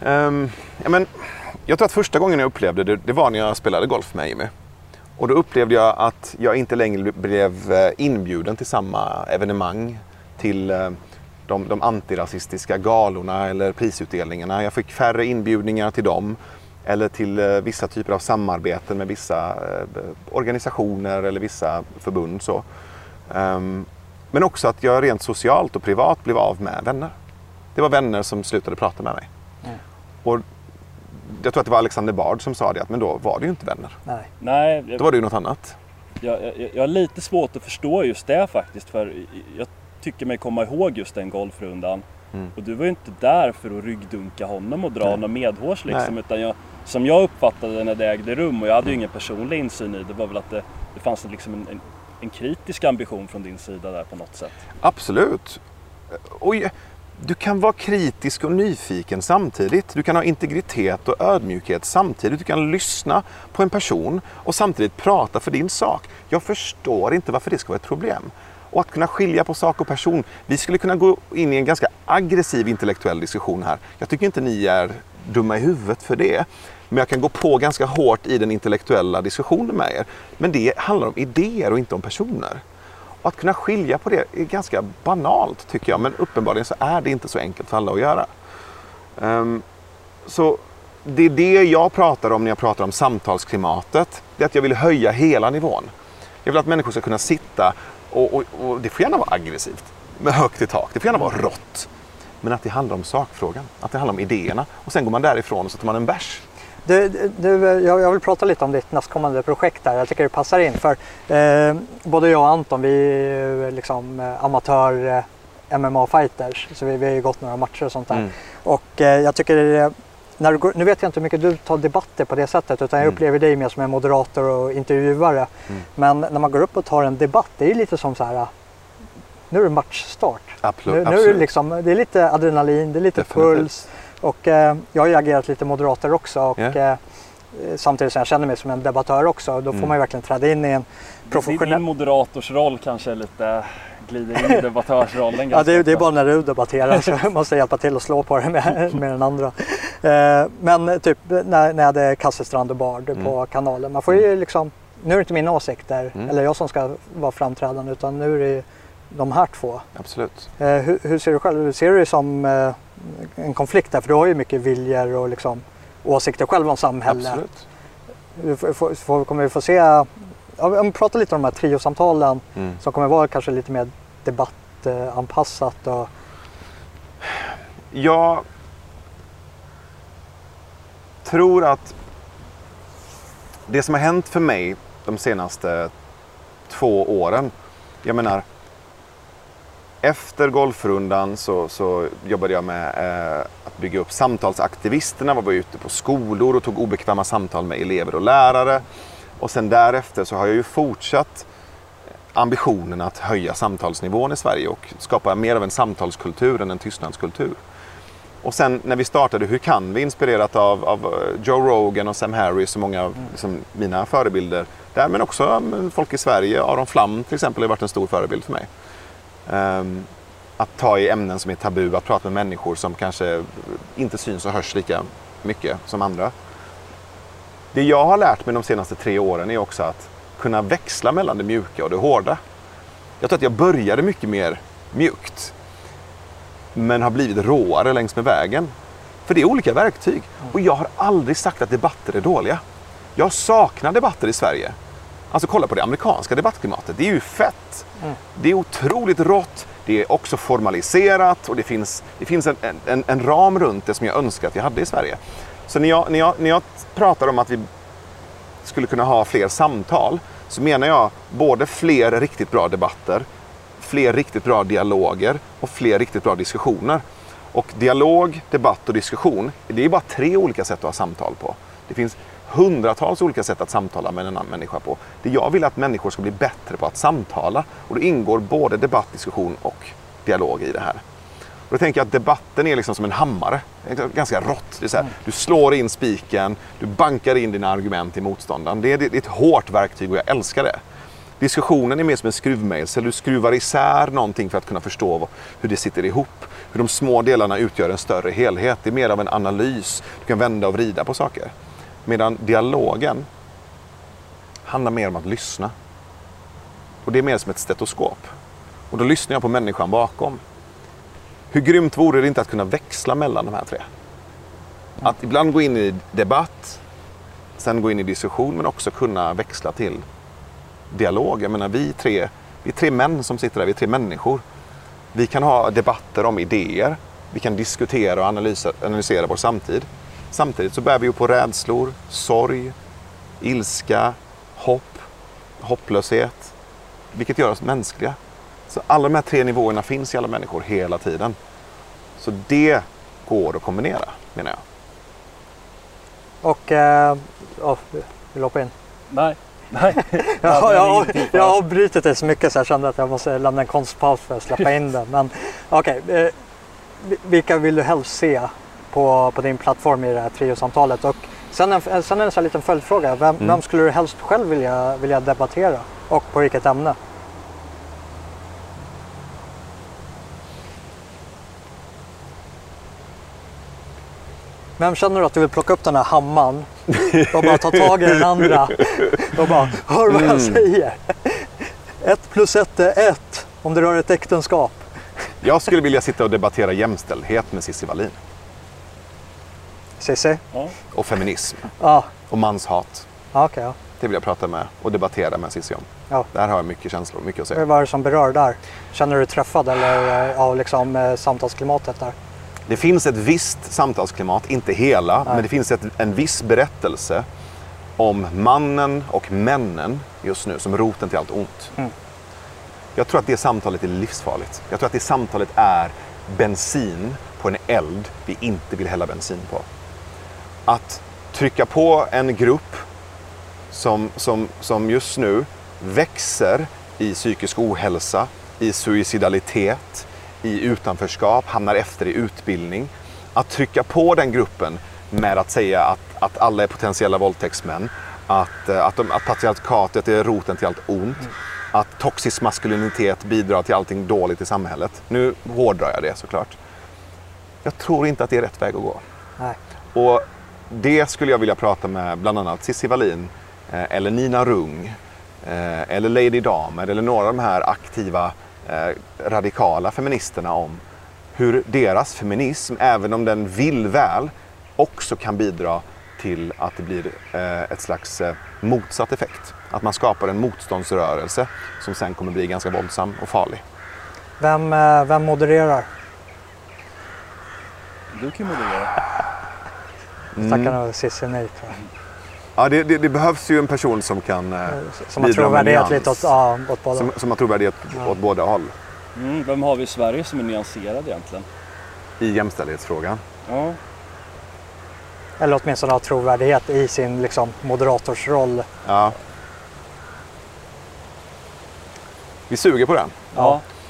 Speaker 3: Jag tror att första gången jag upplevde det var när jag spelade golf med Jimmy. Och då upplevde jag att jag inte längre blev inbjuden till samma evenemang, till de antirasistiska galorna eller prisutdelningarna. Jag fick färre inbjudningar till dem eller till vissa typer av samarbeten med vissa organisationer eller vissa förbund. Så. Men också att jag rent socialt och privat blev av med vänner. Det var vänner som slutade prata med mig. Och jag tror att det var Alexander Bard som sa det, att men då var det ju inte vänner.
Speaker 2: Nej,
Speaker 3: då var det ju något annat.
Speaker 2: Jag har lite svårt att förstå just det faktiskt, för jag tycker mig komma ihåg just den golfrundan. Och du var ju inte där för att ryggdunka honom och dra honom medhårs liksom, utan som jag uppfattade när det ägde rum, och jag hade ju ingen personlig insyn i det, var väl att det fanns liksom en kritisk ambition från din sida där på något sätt.
Speaker 3: Absolut. Och du kan vara kritisk och nyfiken samtidigt. Du kan ha integritet och ödmjukhet samtidigt. Du kan lyssna på en person och samtidigt prata för din sak. Jag förstår inte varför det ska vara ett problem. Och att kunna skilja på sak och person. Vi skulle kunna gå in i en ganska aggressiv intellektuell diskussion här. Jag tycker inte ni är dumma i huvudet för det. Men jag kan gå på ganska hårt i den intellektuella diskussionen med er. Men det handlar om idéer och inte om personer. Och att kunna skilja på det är ganska banalt tycker jag. Men uppenbarligen så är det inte så enkelt för alla att göra. Så det är det jag pratar om när jag pratar om samtalsklimatet. Det är att jag vill höja hela nivån. Jag vill att människor ska kunna sitta och det får gärna vara aggressivt. Med högt i tak. Det får gärna vara rått. Men att det handlar om sakfrågan. Att det handlar om idéerna. Och sen går man därifrån och så tar man en bärs.
Speaker 1: Jag vill prata lite om ditt nästkommande projekt där. Jag tycker det passar in för både jag och Anton, vi är liksom amatör MMA-fighters. Så vi har ju gått några matcher och sånt där. Och jag tycker nu vet jag inte hur mycket du tar debatter på det sättet, utan jag upplever dig mer som en moderator och intervjuare. Men när man går upp och tar en debatt, det är ju lite som så här, nu är det matchstart.
Speaker 3: Absolut.
Speaker 1: Nu är det liksom, det är lite adrenalin, det är lite puls. Och jag har ju agerat lite moderator också och samtidigt som jag känner mig som en debattör också, då får man ju verkligen träda in i en professionell...
Speaker 2: Din moderatorsroll kanske lite glider in i debattörsrollen.
Speaker 1: Ja, det är bara när du debatterar så jag måste hjälpa till att slå på det med den andra. Men typ när jag hade Kasselstrand och Bard på kanalen, man får ju liksom, nu är det inte mina åsikter eller jag som ska vara framträdande, utan nu är det de här två.
Speaker 3: Absolut.
Speaker 1: Hur ser du själv? Hur ser du det som en konflikt där? För du har ju mycket viljor och liksom åsikter själv om samhället.
Speaker 3: Absolut.
Speaker 1: Kommer vi få se, prata lite om de här triosamtalen som kommer vara kanske lite mer debattanpassat. Och...
Speaker 3: Jag tror att det som har hänt för mig de senaste 2 åren, jag menar, efter golfrundan så jobbade jag med att bygga upp samtalsaktivisterna. Jag var ute på skolor och tog obekväma samtal med elever och lärare. Och sen därefter så har jag ju fortsatt ambitionen att höja samtalsnivån i Sverige och skapa mer av en samtalskultur än en tystnadskultur. Och sen när vi startade Hur kan vi? Inspirerat av Joe Rogan och Sam Harris och många liksom, mina förebilder där. Men också folk i Sverige. Aron Flam till exempel har varit en stor förebild för mig. Att ta i ämnen som är tabu, att prata med människor som kanske inte syns och hörs lika mycket som andra. Det jag har lärt mig de senaste 3 åren är också att kunna växla mellan det mjuka och det hårda. Jag tror att jag började mycket mer mjukt. Men har blivit råare längs med vägen. För det är olika verktyg. Och jag har aldrig sagt att debatter är dåliga. Jag saknar debatter i Sverige. Alltså kolla på det amerikanska debattklimatet. Det är ju fett. Det är otroligt rått. Det är också formaliserat. Och det finns en ram runt det som jag önskar att vi hade i Sverige. Så när jag pratar om att vi skulle kunna ha fler samtal, så menar jag både fler riktigt bra debatter, fler riktigt bra dialoger och fler riktigt bra diskussioner. Och dialog, debatt och diskussion, det är bara 3 olika sätt att ha samtal på. Det finns hundratals olika sätt att samtala med en annan människa på. Det jag vill att människor ska bli bättre på att samtala. Och då ingår både debatt, diskussion och dialog i det här. Och då tänker jag att debatten är liksom som en hammare. Det är ganska rått. Det är så här, du slår in spiken, du bankar in dina argument i motståndaren. Det är ett hårt verktyg och jag älskar det. Diskussionen är mer som en skruvmejsel. Du skruvar isär någonting för att kunna förstå hur det sitter ihop. Hur de små delarna utgör en större helhet. Det är mer av en analys. Du kan vända och vrida på saker. Medan dialogen handlar mer om att lyssna. Och det är mer som ett stetoskop. Och då lyssnar jag på människan bakom. Hur grymt vore det inte att kunna växla mellan de här 3? Att ibland gå in i debatt, sen gå in i diskussion, men också kunna växla till dialog. Jag menar, vi är 3 män som sitter där, vi är 3 människor. Vi kan ha debatter om idéer, vi kan diskutera och analysera vår samtid. Samtidigt så bär vi ju på rädslor, sorg, ilska, hopp, hopplöshet, vilket gör oss mänskliga. Så alla de här 3 nivåerna finns i alla människor hela tiden. Så det går att kombinera, menar jag.
Speaker 1: Och, vill hoppa in?
Speaker 2: Nej.
Speaker 1: Jag har brutit det så mycket så jag kände att jag måste lämna en konstpaus för att släppa in den. Men okej, vilka vill du helst se på din plattform i det här triosamtalet? Och sen en sån här liten följdfråga. Vem skulle du helst själv vilja debattera? Och på vilket ämne? Vem känner du att du vill plocka upp den här hammaren och bara ta tag i den andra och bara, hör vad jag säger? 1 + 1 är 1 om det rör ett äktenskap.
Speaker 3: Jag skulle vilja sitta och debattera jämställdhet med Cissi Wallin.
Speaker 1: Cissi?
Speaker 2: Ja.
Speaker 3: Och feminism.
Speaker 1: Ja.
Speaker 3: Och manshat.
Speaker 1: Ja, okej. Ja.
Speaker 3: Det vill jag prata med och debattera med Cissi om.
Speaker 1: Ja.
Speaker 3: Där har jag mycket känslor, mycket att säga.
Speaker 1: Vad är det som berör där? Känner du dig träffad eller av liksom, samtalsklimatet där?
Speaker 3: Det finns ett visst samtalsklimat, inte hela,
Speaker 1: Nej.
Speaker 3: men det finns en viss berättelse om mannen och männen just nu som roten till allt ont. Jag tror att det samtalet är livsfarligt. Jag tror att det samtalet är bensin på en eld vi inte vill hälla bensin på. Att trycka på en grupp som just nu växer i psykisk ohälsa, i suicidalitet, i utanförskap, hamnar efter i utbildning. Att trycka på den gruppen med att säga att alla är potentiella våldtäktsmän, att patriarkatet är roten till allt ont, att toxisk maskulinitet bidrar till allting dåligt i samhället. Nu hårdrar jag det såklart. Jag tror inte att det är rätt väg att gå.
Speaker 1: Nej.
Speaker 3: Och det skulle jag vilja prata med bland annat Cissi Wallin eller Nina Rung eller Lady Damer eller några av de här aktiva radikala feministerna om hur deras feminism, även om den vill väl, också kan bidra till att det blir ett slags motsatt effekt. Att man skapar en motståndsrörelse som sen kommer bli ganska våldsam och farlig.
Speaker 1: Vem modererar?
Speaker 2: Du kan moderera.
Speaker 1: Stackarna Cissi nej, tror jag.
Speaker 3: Ja, det behövs ju en person som kan
Speaker 1: som har trovärdighet lite åt båda.
Speaker 3: Som har trovärdighet åt båda håll.
Speaker 2: Vem har vi i Sverige som är nyanserad egentligen?
Speaker 3: I jämställdhetsfrågan.
Speaker 2: Ja.
Speaker 1: Eller åtminstone ha trovärdighet i sin liksom, moderatorsroll.
Speaker 3: Ja. Vi suger på den.
Speaker 2: Ja.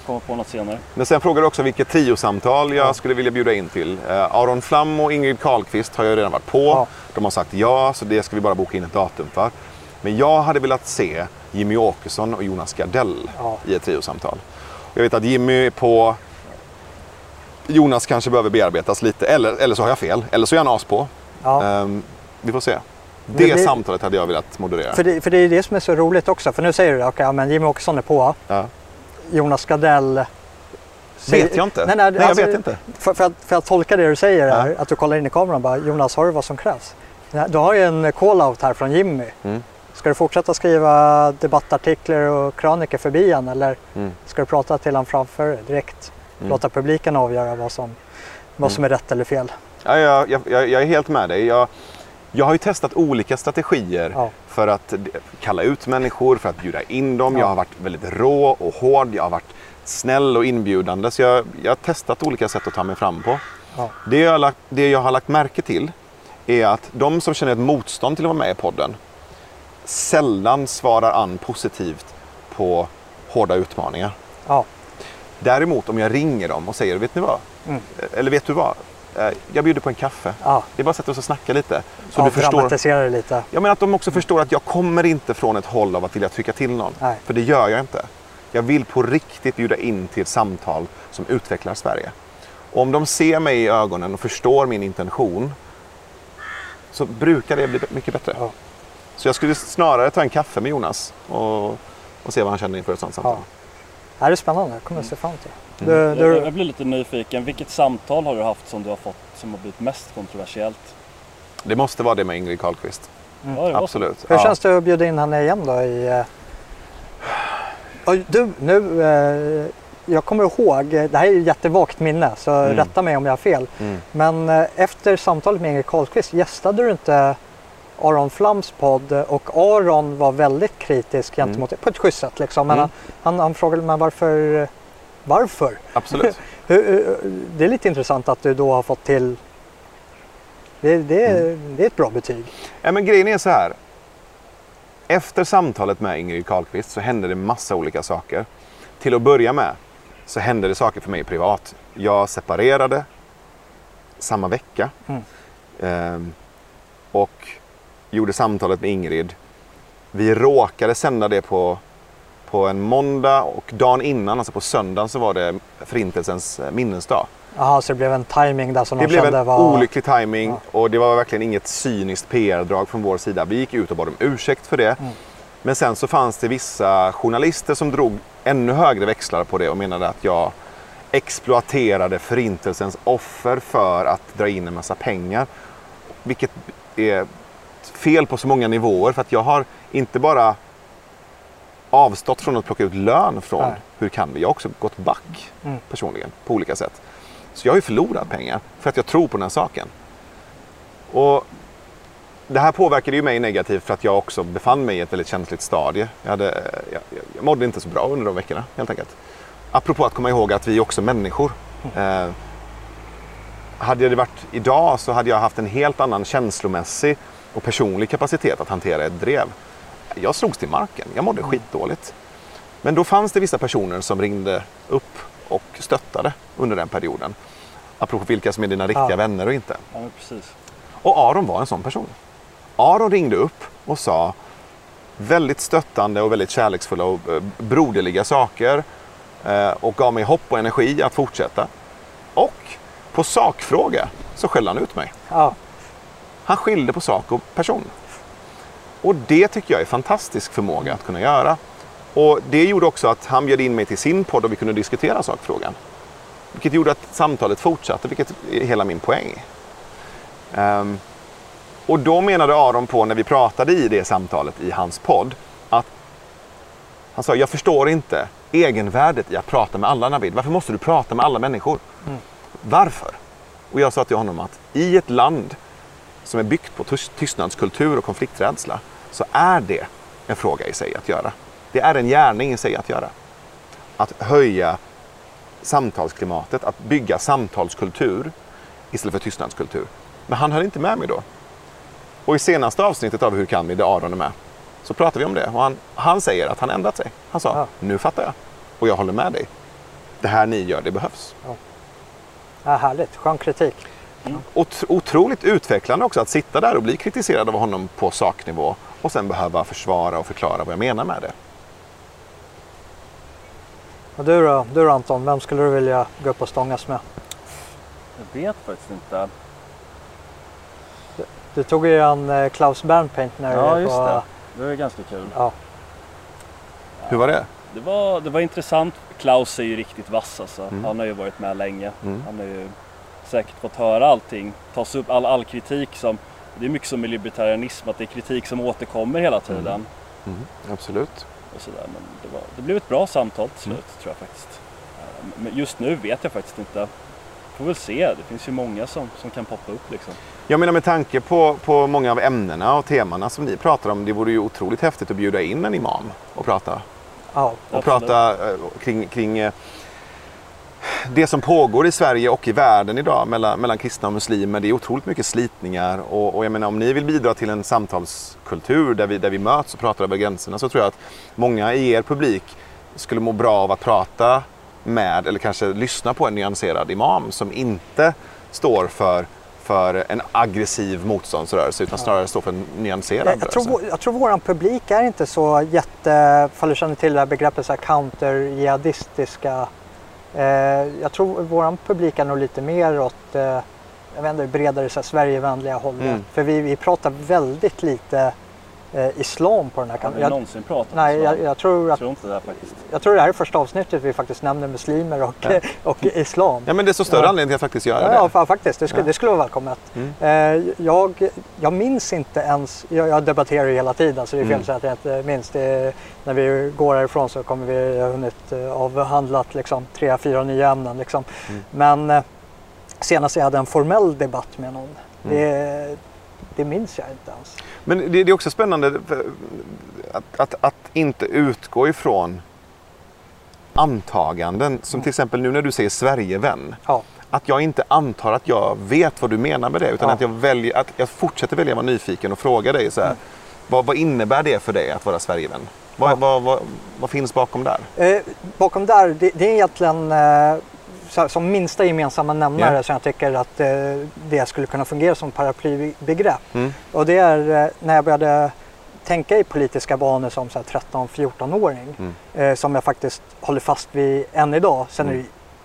Speaker 2: komma på något senare.
Speaker 3: Men sen frågar du också vilket triosamtal jag skulle vilja bjuda in till. Aron Flam och Ingrid Carlqvist har jag redan varit på. Ja. De har sagt ja, så det ska vi bara boka in ett datum för. Men jag hade velat se Jimmy Åkesson och Jonas Gardell i ett triosamtal. Jag vet att Jimmy på... Jonas kanske behöver bearbetas lite, eller så har jag fel, eller så är han as på. Ja. Vi får se. Det samtalet hade jag velat moderera.
Speaker 1: För det är det som är så roligt också, för nu säger du att men Jimmy Åkesson är på. Ja. Jonas Gardell...
Speaker 3: Vet jag inte. Nej, jag vet inte.
Speaker 1: För att tolka det du säger här, att du kollar in i kameran och bara, Jonas, har du vad som krävs? Du har ju en call-out här från Jimmy. Ska du fortsätta skriva debattartiklar och krönikor förbi han, eller ska du prata till han framför direkt? Låta publiken avgöra vad som är rätt eller fel.
Speaker 3: Ja, jag är helt med dig. Jag har ju testat olika strategier för att kalla ut människor, för att bjuda in dem. Jag har varit väldigt rå och hård. Jag har varit snäll och inbjudande. Så jag har testat olika sätt att ta mig fram på. Ja. Det jag har lagt märke till är att de som känner ett motstånd till att vara med i podden sällan svarar an positivt på hårda utmaningar. Ja. Däremot om jag ringer dem och säger, vet ni vad? Eller vet du vad? Jag bjuder på en kaffe. Ja. Det är bara att sätta oss och snacka lite. Så du
Speaker 1: förstår det lite.
Speaker 3: Jag menar att de också förstår att jag kommer inte från ett håll av att vilja trycka till någon. Nej. För det gör jag inte. Jag vill på riktigt bjuda in till ett samtal som utvecklar Sverige. Och om de ser mig i ögonen och förstår min intention, så brukar det bli mycket bättre. Ja. Så jag skulle snarare ta en kaffe med Jonas och se vad han känner inför ett sånt samtal.
Speaker 1: Ja. Det här är spännande, jag kommer att se fram till.
Speaker 2: Jag blir lite nyfiken. Vilket samtal har du haft som du har fått som har blivit mest kontroversiellt?
Speaker 3: Det måste vara det med Ingrid Carlqvist.
Speaker 2: Ja,
Speaker 3: absolut.
Speaker 1: Hur känns det att bjuda in henne igen då? Jag kommer ihåg, det här är ett jättevagt minne, så rätta mig om jag har fel. Men efter samtalet med Ingrid Carlqvist gästade du inte Aron Flams podd, och Aron var väldigt kritisk gentemot det på ett schysst sätt liksom. Men han frågade mig varför?
Speaker 3: Absolut.
Speaker 1: Det är lite intressant att du då har fått till det är ett bra betyg.
Speaker 3: Ja, men grejen är så här. Efter samtalet med Ingrid Carlqvist så hände det massa olika saker. Till att börja med så hände det saker för mig privat. Jag separerade samma vecka. Och gjorde samtalet med Ingrid. Vi råkade sända det på en måndag, och dagen innan, alltså på söndagen, så var det Förintelsens minnesdag.
Speaker 1: Jaha, så det blev en timing där som
Speaker 3: det blev en olycklig timing, och det var verkligen inget cyniskt PR-drag från vår sida. Vi gick ut och bad om ursäkt för det. Men sen så fanns det vissa journalister som drog ännu högre växlar på det och menade att jag exploaterade Förintelsens offer för att dra in en massa pengar. Vilket är fel på så många nivåer, för att jag har inte bara avstått från att plocka ut lön från Hur kan vi? Jag har också gått back personligen på olika sätt. Så jag har ju förlorat pengar för att jag tror på den här saken. Och det här påverkade ju mig negativt för att jag också befann mig i ett väldigt känsligt stadie. Jag mådde inte så bra under de veckorna, helt enkelt. Apropå att komma ihåg att vi är också människor. Hade det varit idag så hade jag haft en helt annan känslomässig och personlig kapacitet att hantera ett drev. Jag slogs till marken, jag mådde skitdåligt. Men då fanns det vissa personer som ringde upp och stöttade under den perioden. Apropå vilka som är dina riktiga vänner och inte.
Speaker 2: Ja, precis.
Speaker 3: Och Aron var en sån person. Aron ringde upp och sa väldigt stöttande och väldigt kärleksfulla och broderliga saker. Och gav mig hopp och energi att fortsätta. Och på sakfråga så skällde han ut mig. Ja. Han skilde på sak och person. Och det tycker jag är fantastisk förmåga att kunna göra. Och det gjorde också att han bjöd in mig till sin podd och vi kunde diskutera sakfrågan. Vilket gjorde att samtalet fortsatte, vilket är hela min poäng. Och då menade Aron på, när vi pratade i det samtalet i hans podd, att han sa, jag förstår inte egenvärdet i att prata med alla, Navid. Varför måste du prata med alla människor? Varför? Och jag sa till honom att i ett land som är byggt på tystnadskultur och konflikträdsla, så är det en fråga i sig att göra. Det är en gärning i sig att göra. Att höja samtalsklimatet, att bygga samtalskultur istället för tystnadskultur. Men han höll inte med mig då. Och i senaste avsnittet av Hur kan vi, där Aron är med, så pratar vi om det. Och han säger att han ändrat sig. Han sa, nu fattar jag. Och jag håller med dig. det här ni gör, det behövs.
Speaker 1: Ja, härligt, skön kritik.
Speaker 3: Otroligt utvecklande också att sitta där och bli kritiserad av honom på saknivå och sen behöva försvara och förklara vad jag menar med det.
Speaker 1: Och du då Anton, vem skulle du vilja gå upp och stångas med?
Speaker 2: Jag vet faktiskt inte.
Speaker 1: Du tog ju en Klaus Bernpaint när
Speaker 2: Ja,
Speaker 1: du
Speaker 2: just
Speaker 1: var...
Speaker 2: det. Det var ganska kul.
Speaker 1: Ja.
Speaker 3: Hur var det?
Speaker 2: Det var intressant. Klaus är ju riktigt vass alltså. Han har ju varit med länge. Han har ju säkert fått höra allting. Tas upp all kritik som... Det är mycket som med libertarianism, att det är kritik som återkommer hela tiden.
Speaker 3: Absolut.
Speaker 2: Och sådär. Men det blev ett bra samtal till slut, tror jag faktiskt. Men just nu vet jag faktiskt inte. Får väl se. Det finns ju många som kan poppa upp liksom.
Speaker 3: Jag menar med tanke på många av ämnena och temana som ni pratar om, det vore ju otroligt häftigt att bjuda in en imam och prata.
Speaker 1: Ja,
Speaker 3: och prata kring det som pågår i Sverige och i världen idag mellan kristna och muslimer. Det är otroligt mycket slitningar och jag menar, om ni vill bidra till en samtalskultur där vi möts och pratar över gränserna, så tror jag att många i er publik skulle må bra av att prata med eller kanske lyssna på en nyanserad imam som inte står för en aggressiv motståndsrörelse utan snarare står för en nyanserad rörelse.
Speaker 1: Jag tror våran publik är inte så ifall du känner till det här begreppet så här counter-jihadistiska. Jag tror våran publik är nog lite mer åt jag vet inte, bredare så här, Sverigevänliga hållet. För vi pratar väldigt lite islam på den här kanten.
Speaker 2: Har vi någonsin pratat
Speaker 1: om islam? Jag tror
Speaker 2: inte det här faktiskt.
Speaker 1: Jag tror det här är första avsnittet vi faktiskt nämner muslimer och islam.
Speaker 3: Ja, men det är så större anledning till att faktiskt göra det.
Speaker 1: Ja, faktiskt. Det skulle vara välkommet. Jag minns inte ens, jag debatterar ju hela tiden så det är fel att säga att jag inte minns. När vi går härifrån så kommer vi ha hunnit avhandlat liksom 3-4 nya ämnen. Liksom. Men senast jag hade en formell debatt med någon. Det minns jag inte ens.
Speaker 3: Men det är också spännande att inte utgå ifrån antaganden. Som till exempel nu när du säger Sverigevän. Ja. Att jag inte antar att jag vet vad du menar med det. Utan att jag fortsätter välja att vara nyfiken och fråga dig så här. Vad innebär det för dig att vara Sverigevän? Vad finns bakom där?
Speaker 1: Bakom där, det är egentligen... som minsta gemensamma nämnare som jag tycker att det skulle kunna fungera som paraplybegrepp. Och det är när jag började tänka i politiska banor som 13-14-åring som jag faktiskt håller fast vid än idag. Sen är det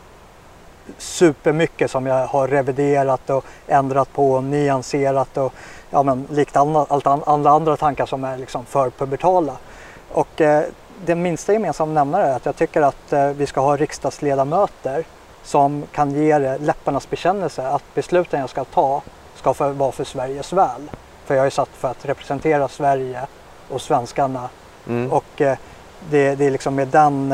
Speaker 1: supermycket som jag har reviderat och ändrat på och nyanserat och likt alla andra tankar som är liksom för pubertala. Och den minsta gemensamma nämnare är att jag tycker att vi ska ha riksdagsledamöter som kan ge det läpparnas bekännelse att besluten jag ska ta ska vara för Sveriges väl. För jag är satt för att representera Sverige och svenskarna. Och det är liksom med den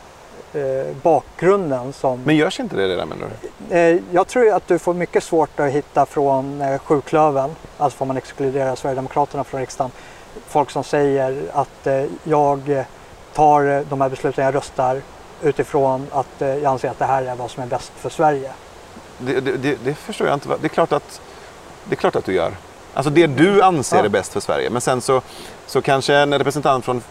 Speaker 1: bakgrunden som...
Speaker 3: Men görs inte det redan, menar du?
Speaker 1: Jag tror att du får mycket svårt att hitta från sjuklöven, alltså får man exkludera Sverigedemokraterna från riksdagen, folk som säger att jag tar de här besluten jag röstar utifrån att jag anser att det här är vad som är bäst för Sverige.
Speaker 3: Det förstår jag inte. Det är klart att du gör. Alltså det du anser är bäst för Sverige. Men sen så kanske en representant från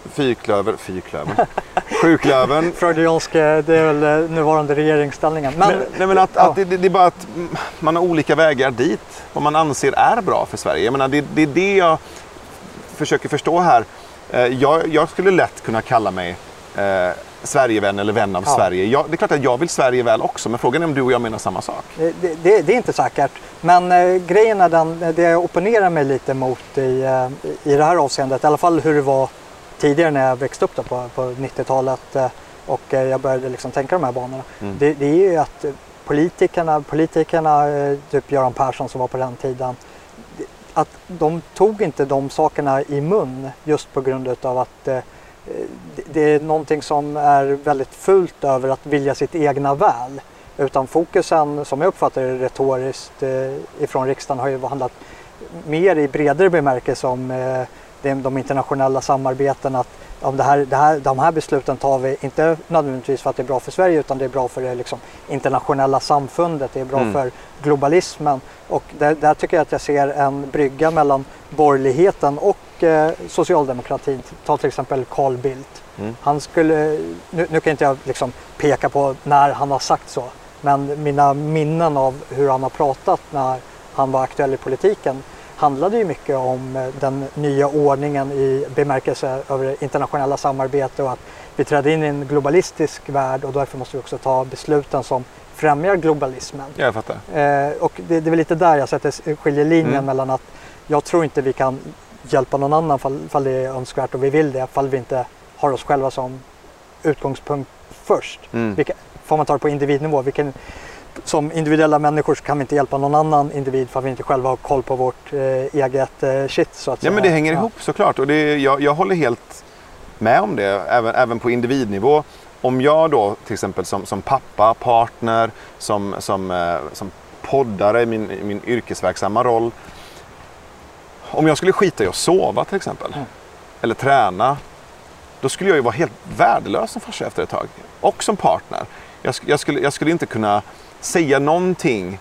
Speaker 3: sjuklöven.
Speaker 1: Freudianska, det är väl nuvarande regeringsställningen.
Speaker 3: Men det är bara att man har olika vägar dit. Vad man anser är bra för Sverige. Jag menar, det är det jag försöker förstå här. Jag skulle lätt kunna kalla mig Sverigevän eller vän av Sverige. Det är klart att jag vill Sverige väl också, men frågan är om du och jag menar samma sak.
Speaker 1: Det är inte säkert. Men grejen är det jag opponerar mig lite mot i det här avseendet, i alla fall hur det var tidigare när jag växte upp på 90-talet och jag började liksom tänka de här banorna. Det är ju att politikerna, typ Göran Persson som var på den tiden, att de tog inte de sakerna i mun just på grund av att det är någonting som är väldigt fult över att vilja sitt egna väl. Utan fokusen, som jag uppfattar det retoriskt ifrån riksdagen, har ju handlat mer i bredare bemärkelse om de internationella samarbeten. Att om de här besluten tar vi inte nödvändigtvis för att det är bra för Sverige, utan det är bra för det liksom internationella samfundet, det är bra för globalismen. Och där tycker jag att jag ser en brygga mellan borgerligheten och socialdemokratin. Ta till exempel Carl Bildt. Han skulle, nu kan inte jag liksom peka på när han har sagt så, men mina minnen av hur han har pratat när han var aktuell i politiken handlade ju mycket om den nya ordningen i bemärkelse över internationella samarbete och att vi trädde in i en globalistisk värld och därför måste vi också ta besluten som främjar globalismen.
Speaker 3: Jag fattar.
Speaker 1: Och det är väl lite där jag sätter skiljelinjen mellan att jag tror inte vi kan hjälpa någon annan fall det är önskvärt och vi vill det, fall vi inte har oss själva som utgångspunkt först. Får man ta det på individnivå, som individuella människor så kan vi inte hjälpa någon annan individ för att vi inte själva har koll på vårt eget shit så att säga.
Speaker 3: Ja, men det hänger ihop såklart och jag håller helt med om det, även på individnivå. Om jag då till exempel som pappa, partner, som poddare i min yrkesverksamma roll, om jag skulle skita i att sova till exempel, eller träna, då skulle jag ju vara helt värdelös som farsa efter ett tag. Och som partner. Jag skulle inte kunna säga någonting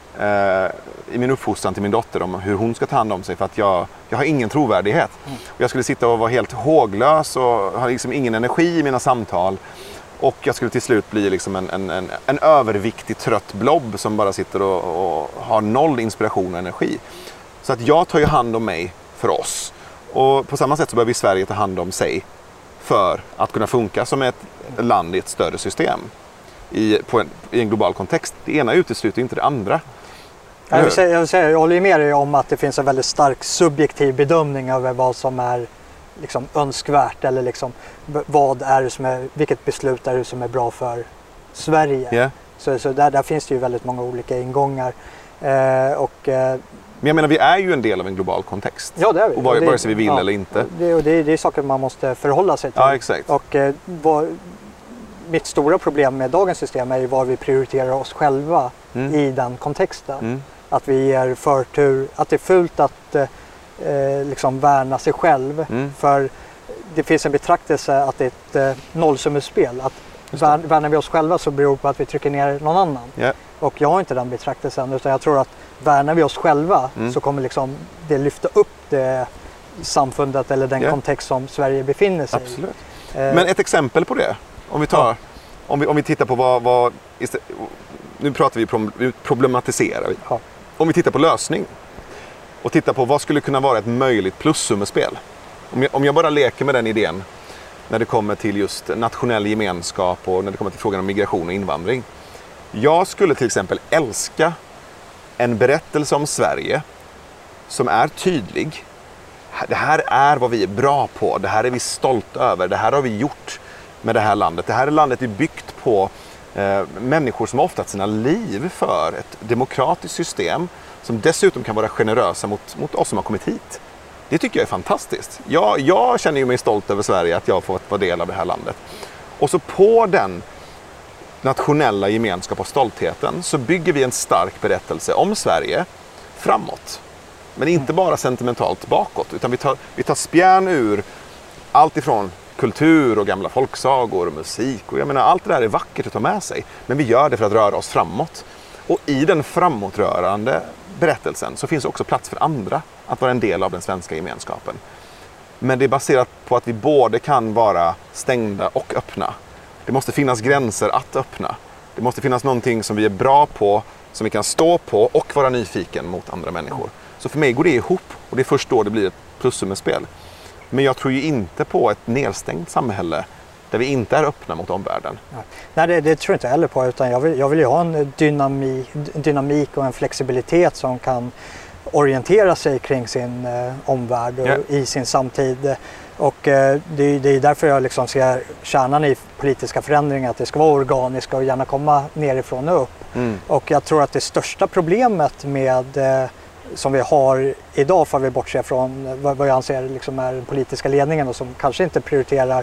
Speaker 3: i min uppfostran till min dotter om hur hon ska ta hand om sig för att jag har ingen trovärdighet. Och jag skulle sitta och vara helt håglös och ha liksom ingen energi i mina samtal. Och jag skulle till slut bli liksom en överviktig trött blob som bara sitter och har noll inspiration och energi. Så att jag tar ju hand om mig för oss. Och på samma sätt så behöver Sverige ta hand om sig för att kunna funka som ett land i ett större system. I en global kontext. Det ena utesluter inte det andra.
Speaker 1: Jag håller ju med dig om att det finns en väldigt stark subjektiv bedömning över vad som är liksom önskvärt eller liksom, vilket beslut är det som är bra för Sverige.
Speaker 3: Yeah.
Speaker 1: Så där finns det ju väldigt många olika ingångar. Men
Speaker 3: jag menar, vi är ju en del av en global kontext.
Speaker 1: Ja, det är vi.
Speaker 3: Och vare sig vi vill eller inte.
Speaker 1: Det är saker man måste förhålla sig till.
Speaker 3: Ja, exakt.
Speaker 1: Och mitt stora problem med dagens system är ju var vi prioriterar oss själva i den kontexten. Att vi ger förtur, att det är fult att liksom värna sig själv. För det finns en betraktelse att det är ett nollsummespel. Att värnar vi oss själva så beror det på att vi trycker ner någon annan.
Speaker 3: Yeah.
Speaker 1: Och jag har inte den betraktelsen utan jag tror att värnar vi oss själva så kommer liksom det lyfta upp det samfundet eller den kontext som Sverige befinner sig
Speaker 3: i. Men ett exempel på det, om vi tittar på vad nu pratar vi problematiserar vi. Ja. Om vi tittar på lösning och tittar på vad skulle kunna vara ett möjligt plussummespel. Om jag bara leker med den idén när det kommer till just nationell gemenskap och när det kommer till frågan om migration och invandring. Jag skulle till exempel älska en berättelse om Sverige som är tydlig. Det här är vad vi är bra på. Det här är vi stolta över. Det här har vi gjort med det här landet. Det här landet är byggt på människor som har offrat sina liv för ett demokratiskt system som dessutom kan vara generösa mot oss som har kommit hit. Det tycker jag är fantastiskt. Jag känner ju mig stolt över Sverige att jag har fått vara del av det här landet. Och så på den nationella gemenskap och stoltheten så bygger vi en stark berättelse om Sverige framåt. Men inte bara sentimentalt bakåt utan vi tar spjärn ur allt ifrån kultur och gamla folksagor och musik. Och jag menar, allt det där är vackert att ta med sig. Men vi gör det för att röra oss framåt. Och i den framåtrörande berättelsen så finns också plats för andra att vara en del av den svenska gemenskapen. Men det är baserat på att vi både kan vara stängda och öppna. Det måste finnas gränser att öppna. Det måste finnas någonting som vi är bra på, som vi kan stå på och vara nyfiken mot andra människor. Så för mig går det ihop och det är först då det blir ett plussummespel. Men jag tror ju inte på ett nedstängt samhälle där vi inte är öppna mot omvärlden.
Speaker 1: Ja. Nej, det tror jag inte heller på, utan jag vill ju ha en dynamik och en flexibilitet som kan orientera sig kring sin omvärld och i sin samtid. Och det är därför jag liksom ser kärnan i politiska förändringar, att det ska vara organiska och gärna komma nerifrån och upp. Och jag tror att det största problemet med som vi har idag, för vi bortser från vad jag anser liksom är den politiska ledningen och som kanske inte prioriterar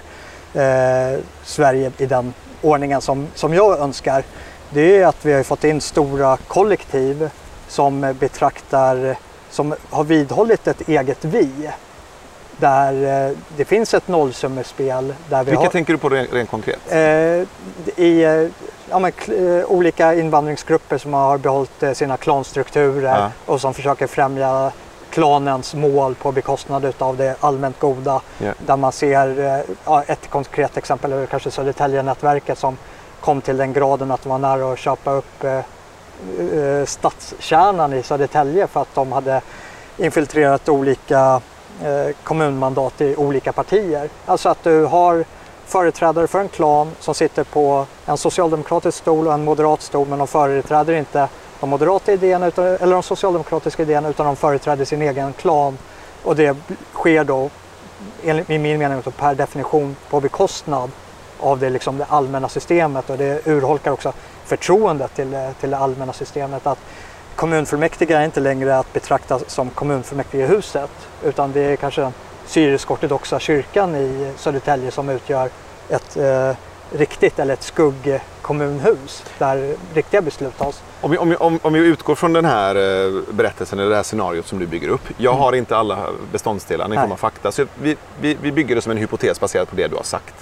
Speaker 1: Sverige i den ordningen som jag önskar, det är att vi har fått in stora kollektiv som som har vidhållit ett eget vi. Där det finns ett nollsummespel.
Speaker 3: Vilka tänker du på rent konkret?
Speaker 1: Olika invandringsgrupper som har behållit sina klanstrukturer och som försöker främja klanens mål på bekostnad av det allmänt goda.
Speaker 3: Yeah.
Speaker 1: Där man ser ett konkret exempel är kanske Södertälje-nätverket som kom till den graden att de var nära att köpa upp stadskärnan i Södertälje för att de hade infiltrerat olika kommunmandat i olika partier. Alltså att du har företrädare för en klan som sitter på en socialdemokratisk stol och en moderat stol, men de företräder inte de moderata idéerna eller de socialdemokratiska idéerna, utan de företräder sin egen klan. Och det sker då enligt min mening per definition på bekostnad av det, liksom det allmänna systemet, och det urholkar också förtroendet till det allmänna systemet. Att kommunfullmäktige är inte längre att betrakta som kommunfullmäktigehuset, utan det är kanske syrisk-ortodoxa kyrkan i Södertälje som utgör ett riktigt eller ett skuggkommunhus där riktiga beslut tas.
Speaker 3: Om vi utgår från den här berättelsen eller det här scenariot som du bygger upp. Jag har inte alla beståndsdelar i form av fakta, så vi bygger det som en hypotes baserat på det du har sagt.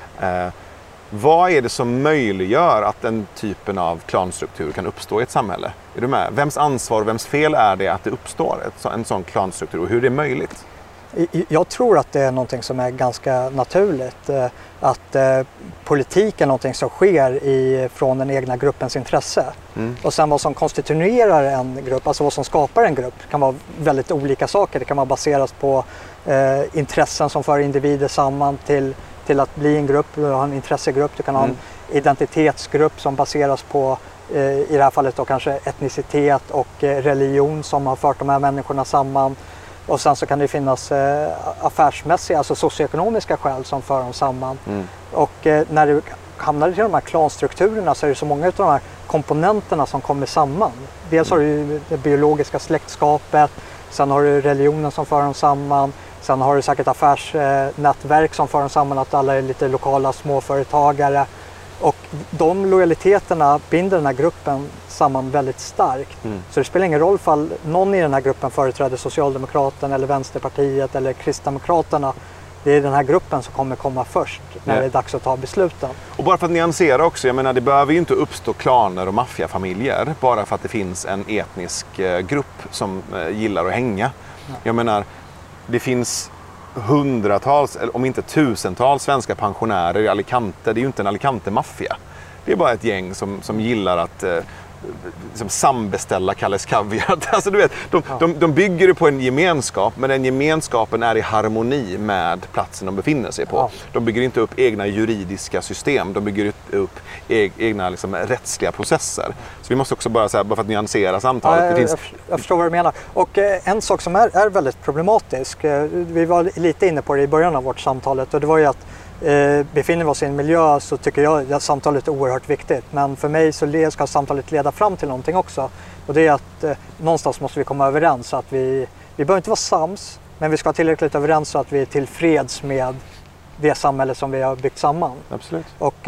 Speaker 3: Vad är det som möjliggör att den typen av klanstruktur kan uppstå i ett samhälle? Är du med? Vems ansvar och vems fel är det att det uppstår en sån klanstruktur, och hur är det möjligt?
Speaker 1: Jag tror att det är någonting som är ganska naturligt. Att politik är någonting som sker från den egna gruppens intresse. Och sen vad som konstituerar en grupp, alltså vad som skapar en grupp, kan vara väldigt olika saker. Det kan vara baserat på intressen som för individer samman till att bli en grupp. Du har en intressegrupp, du kan ha en identitetsgrupp som baseras på i det här fallet då kanske etnicitet och religion som har fört de här människorna samman. Och sen så kan det finnas affärsmässiga, alltså socioekonomiska skäl som för dem samman. Och när du hamnar i de här klanstrukturerna så är det så många av de här komponenterna som kommer samman. Dels har du det biologiska släktskapet, sen har du religionen som för dem samman, sen har du säkert affärsnätverk som för dem samman, att alla är lite lokala småföretagare. Och de lojaliteterna binder den här gruppen samman väldigt starkt. Så det spelar ingen roll om någon i den här gruppen företräder Socialdemokraterna eller Vänsterpartiet eller Kristdemokraterna. Det är den här gruppen som kommer komma först när det är dags att ta besluten.
Speaker 3: Och bara för att nyansera också, jag menar det behöver ju inte uppstå klaner och maffiafamiljer bara för att det finns en etnisk grupp som gillar att hänga. Jag menar, det finns hundratals, om inte tusentals svenska pensionärer i Alicante. Det är ju inte en Alicante-maffia. Det är bara ett gäng som gillar att liksom sambeställa Kalles Kaviar. Alltså, du vet, de bygger det på en gemenskap, men den gemenskapen är i harmoni med platsen de befinner sig på. De bygger inte upp egna juridiska system, de bygger upp egna liksom, rättsliga processer. Så vi måste också bara säga, bara för att nyansera samtalet.
Speaker 1: Jag förstår vad du menar. Och en sak som är väldigt problematisk, vi var lite inne på det i början av vårt samtalet, och det var ju att befinner vi oss i en miljö så tycker jag att samtalet är oerhört viktigt. Men för mig så ska samtalet leda fram till någonting också. Och det är att någonstans måste vi komma överens. Så att vi behöver inte vara sams, men vi ska vara tillräckligt överens så att vi är tillfreds med det samhälle som vi har byggt samman.
Speaker 3: Absolut.
Speaker 1: Och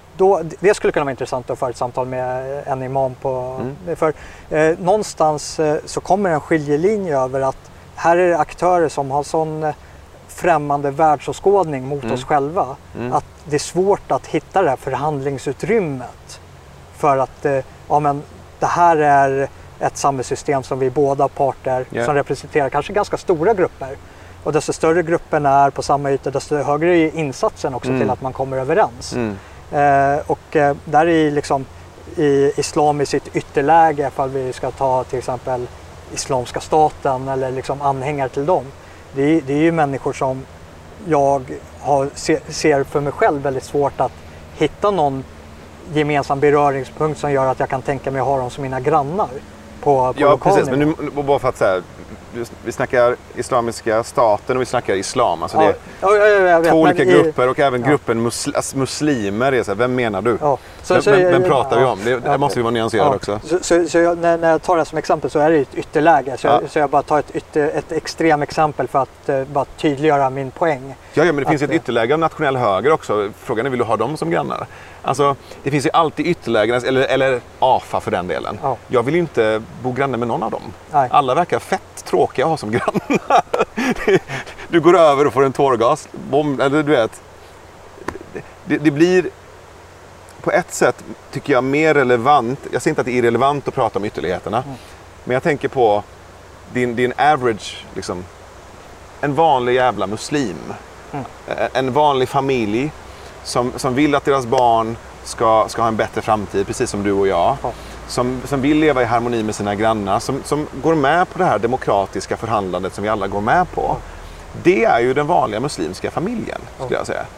Speaker 1: det skulle kunna vara intressant att föra ett samtal med en imam på. För någonstans så kommer en skiljelinje över att här är det aktörer som har sån främmande världsåskådning mot oss själva. Att det är svårt att hitta det här förhandlingsutrymmet för att det här är ett samhällssystem som vi båda parter som representerar kanske ganska stora grupper. Och desto större gruppen är på samma yta, desto högre är insatsen också till att man kommer överens. Och där är liksom i islam i sitt ytterläge, ifall vi ska ta till exempel Islamiska staten eller liksom anhängare till dem. Det är ju människor som jag ser för mig själv väldigt svårt att hitta någon gemensam beröringspunkt som gör att jag kan tänka mig att ha dem som mina grannar på lokal
Speaker 3: precis. Men nu, bara för att säga, vi snackar Islamiska staten och vi snackar islam. Alltså det är två olika grupper och även gruppen muslimer. Är så här, vem menar du? Vem pratar vi om? Det måste vi vara nyanserade också.
Speaker 1: Så när jag tar det som exempel så är det ett ytterläge. Så jag bara tar ett extrem exempel för att bara tydliggöra min poäng. Ja, men
Speaker 3: det finns ett ytterläge av nationell höger också. Frågan är, vill du ha dem som grannar? Alltså, det finns ju alltid ytterlägen, eller AFA för den delen. Jag vill ju inte bo granne med någon av dem. Nej. Alla verkar fett tråkiga att ha som grannar. Du går över och får en tårgas. Eller du vet. Det blir på ett sätt, tycker jag, mer relevant. Jag säger inte att det är irrelevant att prata om ytterligheterna. Men jag tänker på din average, liksom, en vanlig jävla muslim. En vanlig familj som vill att deras barn ska ha en bättre framtid, precis som du och jag. Som vill leva i harmoni med sina grannar, som går med på det här demokratiska förhandlandet som vi alla går med på. Det är ju den vanliga muslimska familjen, skulle jag säga.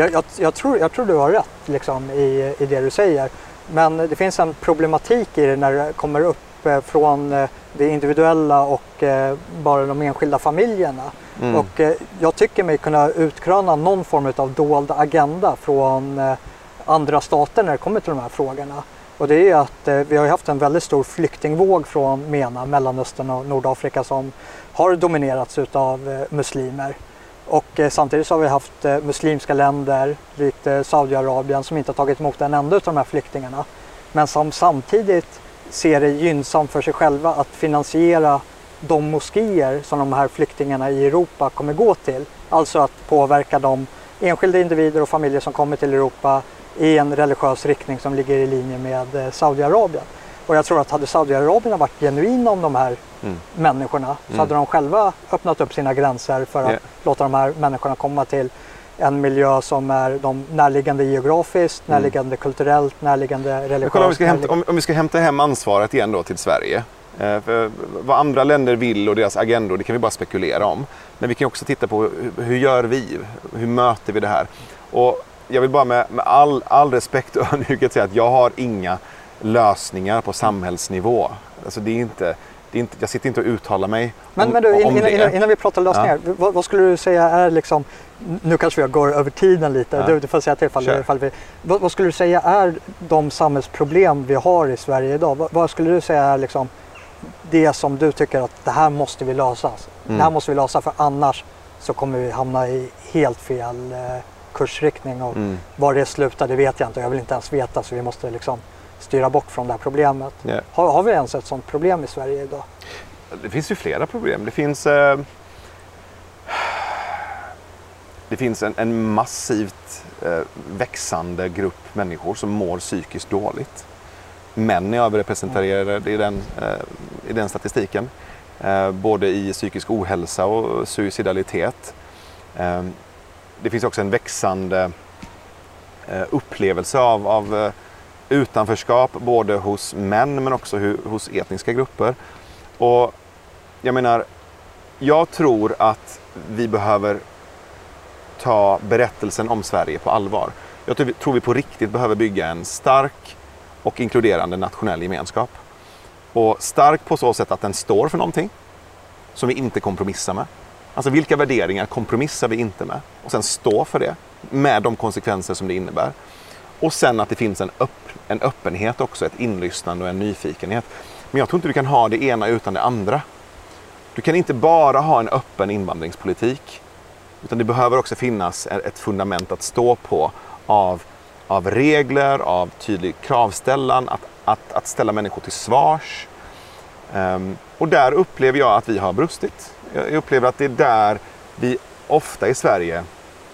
Speaker 1: Jag tror du har rätt liksom, i det du säger. Men det finns en problematik i det när det kommer upp från det individuella och bara de enskilda familjerna. Och jag tycker mig kunna utkröna någon form av dold agenda från andra stater när det kommer till de här frågorna. Och det är att vi har haft en väldigt sor flyktingvåg från MENA, Mellanöstern och Nordafrika som har dominerats av muslimer. Och samtidigt så har vi haft muslimska länder, likt Saudiarabien, som inte har tagit emot en enda av de här flyktingarna. Men som samtidigt ser det gynnsamt för sig själva att finansiera de moskéer som de här flyktingarna i Europa kommer gå till. Alltså att påverka de enskilda individer och familjer som kommer till Europa i en religiös riktning som ligger i linje med Saudiarabien. Och jag tror att hade Saudiarabien varit genuina om de här människorna så hade de själva öppnat upp sina gränser för att låta de här människorna komma till en miljö som är de närliggande geografiskt, närliggande kulturellt, närliggande religiöst.
Speaker 3: Om vi ska hämta hem ansvaret igen då till Sverige. För vad andra länder vill och deras agendor, det kan vi bara spekulera om. Men vi kan också titta på hur gör vi? Hur möter vi det här? Och jag vill bara med all respekt och ödmjukhet säga att jag har inga lösningar på samhällsnivå. Alltså det är inte, jag sitter inte och uttalar mig om det.
Speaker 1: Innan vi pratar lösningar, vad skulle du säga är liksom, nu kanske vi går över tiden lite, du får säga till ifall vi, vad skulle du säga är de samhällsproblem vi har i Sverige idag? Vad skulle du säga är liksom det som du tycker att det här måste vi lösa? Det här måste vi lösa, för annars så kommer vi hamna i helt fel kursriktning och var det slutar det vet jag inte, jag vill inte ens veta, så vi måste liksom styra bort från det här problemet. Har vi ens ett sådant problem i Sverige idag?
Speaker 3: Det finns ju flera problem. Det finns en massivt växande grupp människor som mår psykiskt dåligt. Män är överrepresenterade i den statistiken. Både i psykisk ohälsa och suicidalitet. Det finns också en växande upplevelse av utanförskap både hos män men också hos etniska grupper. Och jag tror att vi behöver ta berättelsen om Sverige på allvar. Jag tror vi på riktigt behöver bygga en stark och inkluderande nationell gemenskap. Och stark på så sätt att den står för någonting som vi inte kompromissar med. Alltså vilka värderingar kompromissar vi inte med? Och sen stå för det med de konsekvenser som det innebär. Och sen att det finns en öppenhet också, ett inlyssnande och en nyfikenhet. Men jag tror inte du kan ha det ena utan det andra. Du kan inte bara ha en öppen invandringspolitik. Utan det behöver också finnas ett fundament att stå på av regler, av tydlig kravställan, att ställa människor till svars. Och där upplever jag att vi har brustit. Jag upplever att det är där vi ofta i Sverige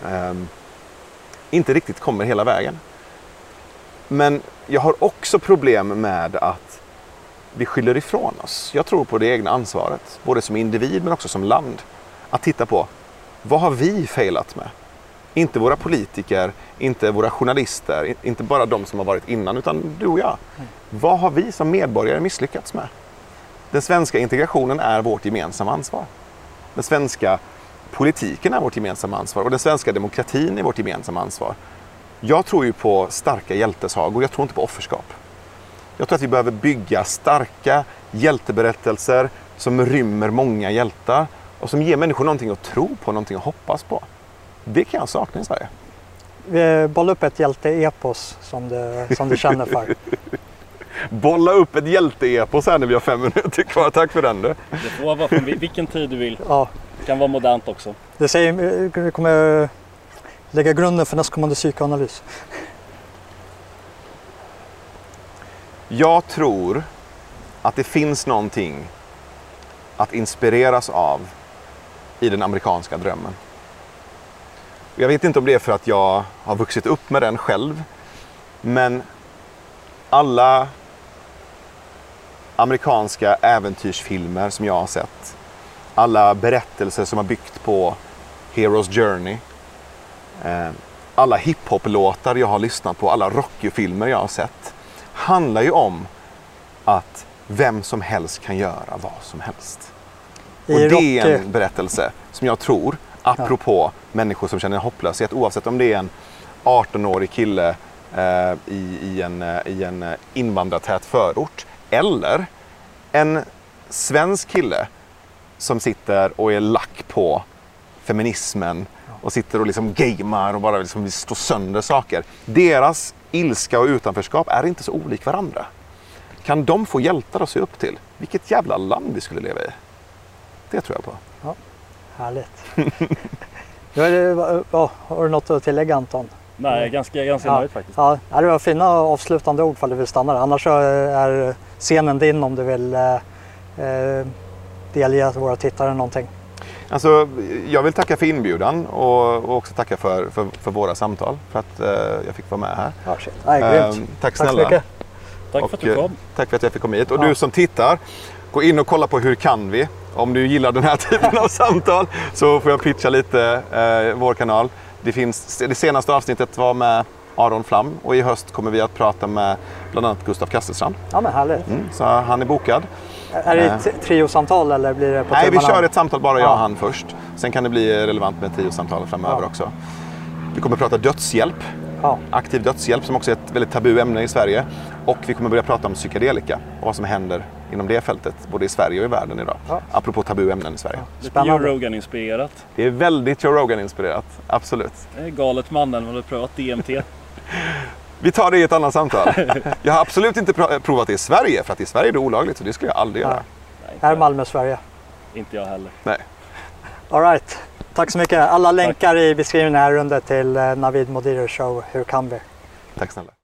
Speaker 3: inte riktigt kommer hela vägen. Men jag har också problem med att vi skyller ifrån oss. Jag tror på det egna ansvaret, både som individ men också som land. Att titta på, vad har vi failat med? Inte våra politiker, inte våra journalister, inte bara de som har varit innan, utan du och jag. Vad har vi som medborgare misslyckats med? Den svenska integrationen är vårt gemensamma ansvar. Den svenska politiken är vårt gemensamma ansvar och den svenska demokratin är vårt gemensamma ansvar. Jag tror ju på starka hjältesagor, jag tror inte på offerskap. Jag tror att vi behöver bygga starka hjälteberättelser som rymmer många hjältar och som ger människor någonting att tro på, någonting att hoppas på. Det kan jag sakna i Sverige.
Speaker 1: Vi bollar upp ett hjälteepos som du känner för.
Speaker 3: Bolla upp ett hjälteepos här när vi har 5 minuter kvar. Tack för den.
Speaker 2: Det får vara från vilken tid du vill.
Speaker 1: Ja.
Speaker 2: Det kan vara modernt också.
Speaker 1: Det säger, vi kommer lägga grunden för nästkommande psykoanalys.
Speaker 3: Jag tror att det finns någonting att inspireras av i den amerikanska drömmen. Jag vet inte om det är för att jag har vuxit upp med den själv, men alla amerikanska äventyrsfilmer som jag har sett, alla berättelser som har byggt på Hero's Journey, alla hiphop-låtar jag har lyssnat på, alla Rocky-filmer jag har sett, handlar ju om att vem som helst kan göra vad som helst. Och det är en berättelse som jag tror, apropå människor som känner hopplöshet, oavsett om det är en 18-årig kille i en invandrartät förort eller en svensk kille som sitter och är lack på feminismen och sitter och liksom gamer och bara liksom vill slå sönder saker. Deras ilska och utanförskap är inte så olik varandra. Kan de få hjältar att se upp till? Vilket jävla land vi skulle leva i. Det tror jag på.
Speaker 4: Ja, härligt. Har du något att tillägga, Anton?
Speaker 2: Nej, ganska nöjd faktiskt.
Speaker 4: Ja, det var fina avslutande ord för att du vill stanna där. Annars så är scenen din om du vill delge våra tittare någonting.
Speaker 3: Alltså, jag vill tacka för inbjudan och också tacka för våra samtal, för att jag fick vara med här.
Speaker 4: Ja, shit. Grymt.
Speaker 3: Tack snälla.
Speaker 4: Tack så mycket.
Speaker 2: Tack för att du kom.
Speaker 3: Tack för att jag fick komma hit. Och du som tittar, gå in och kolla på Hur kan vi? Om du gillar den här typen av samtal så får jag pitcha lite vår kanal. Det senaste avsnittet var med Aron Flam och i höst kommer vi att prata med bland annat Gustav Kasselstrand.
Speaker 4: Ja, men härligt.
Speaker 3: Så han är bokad.
Speaker 4: Är det ett triosamtal eller blir det på
Speaker 3: Nej, vi
Speaker 4: timmarna?
Speaker 3: kör ett samtal bara jag och han först. Sen kan det bli relevant med triosamtal framöver också. Vi kommer att prata dödshjälp. Aktiv dödshjälp som också är ett väldigt tabu ämne i Sverige. Och vi kommer börja prata om psykedelika och vad som händer inom det fältet, både i Sverige och i världen idag. Apropå tabuämnen i Sverige.
Speaker 2: Lite Joe Rogan-inspirerat.
Speaker 3: Det är väldigt Joe Rogan-inspirerat, absolut.
Speaker 2: Det är galet mannen, man har prövat DMT.
Speaker 3: Vi tar det i ett annat samtal. Jag har absolut inte provat det i Sverige, för att i Sverige är det olagligt, så det skulle jag aldrig göra.
Speaker 4: Här är Malmö, Sverige.
Speaker 2: Inte jag heller.
Speaker 3: Nej.
Speaker 4: All right. Tack så mycket. Alla länkar i beskrivningen här under till Navid Modiris show Hur kan vi?
Speaker 3: Tack snälla.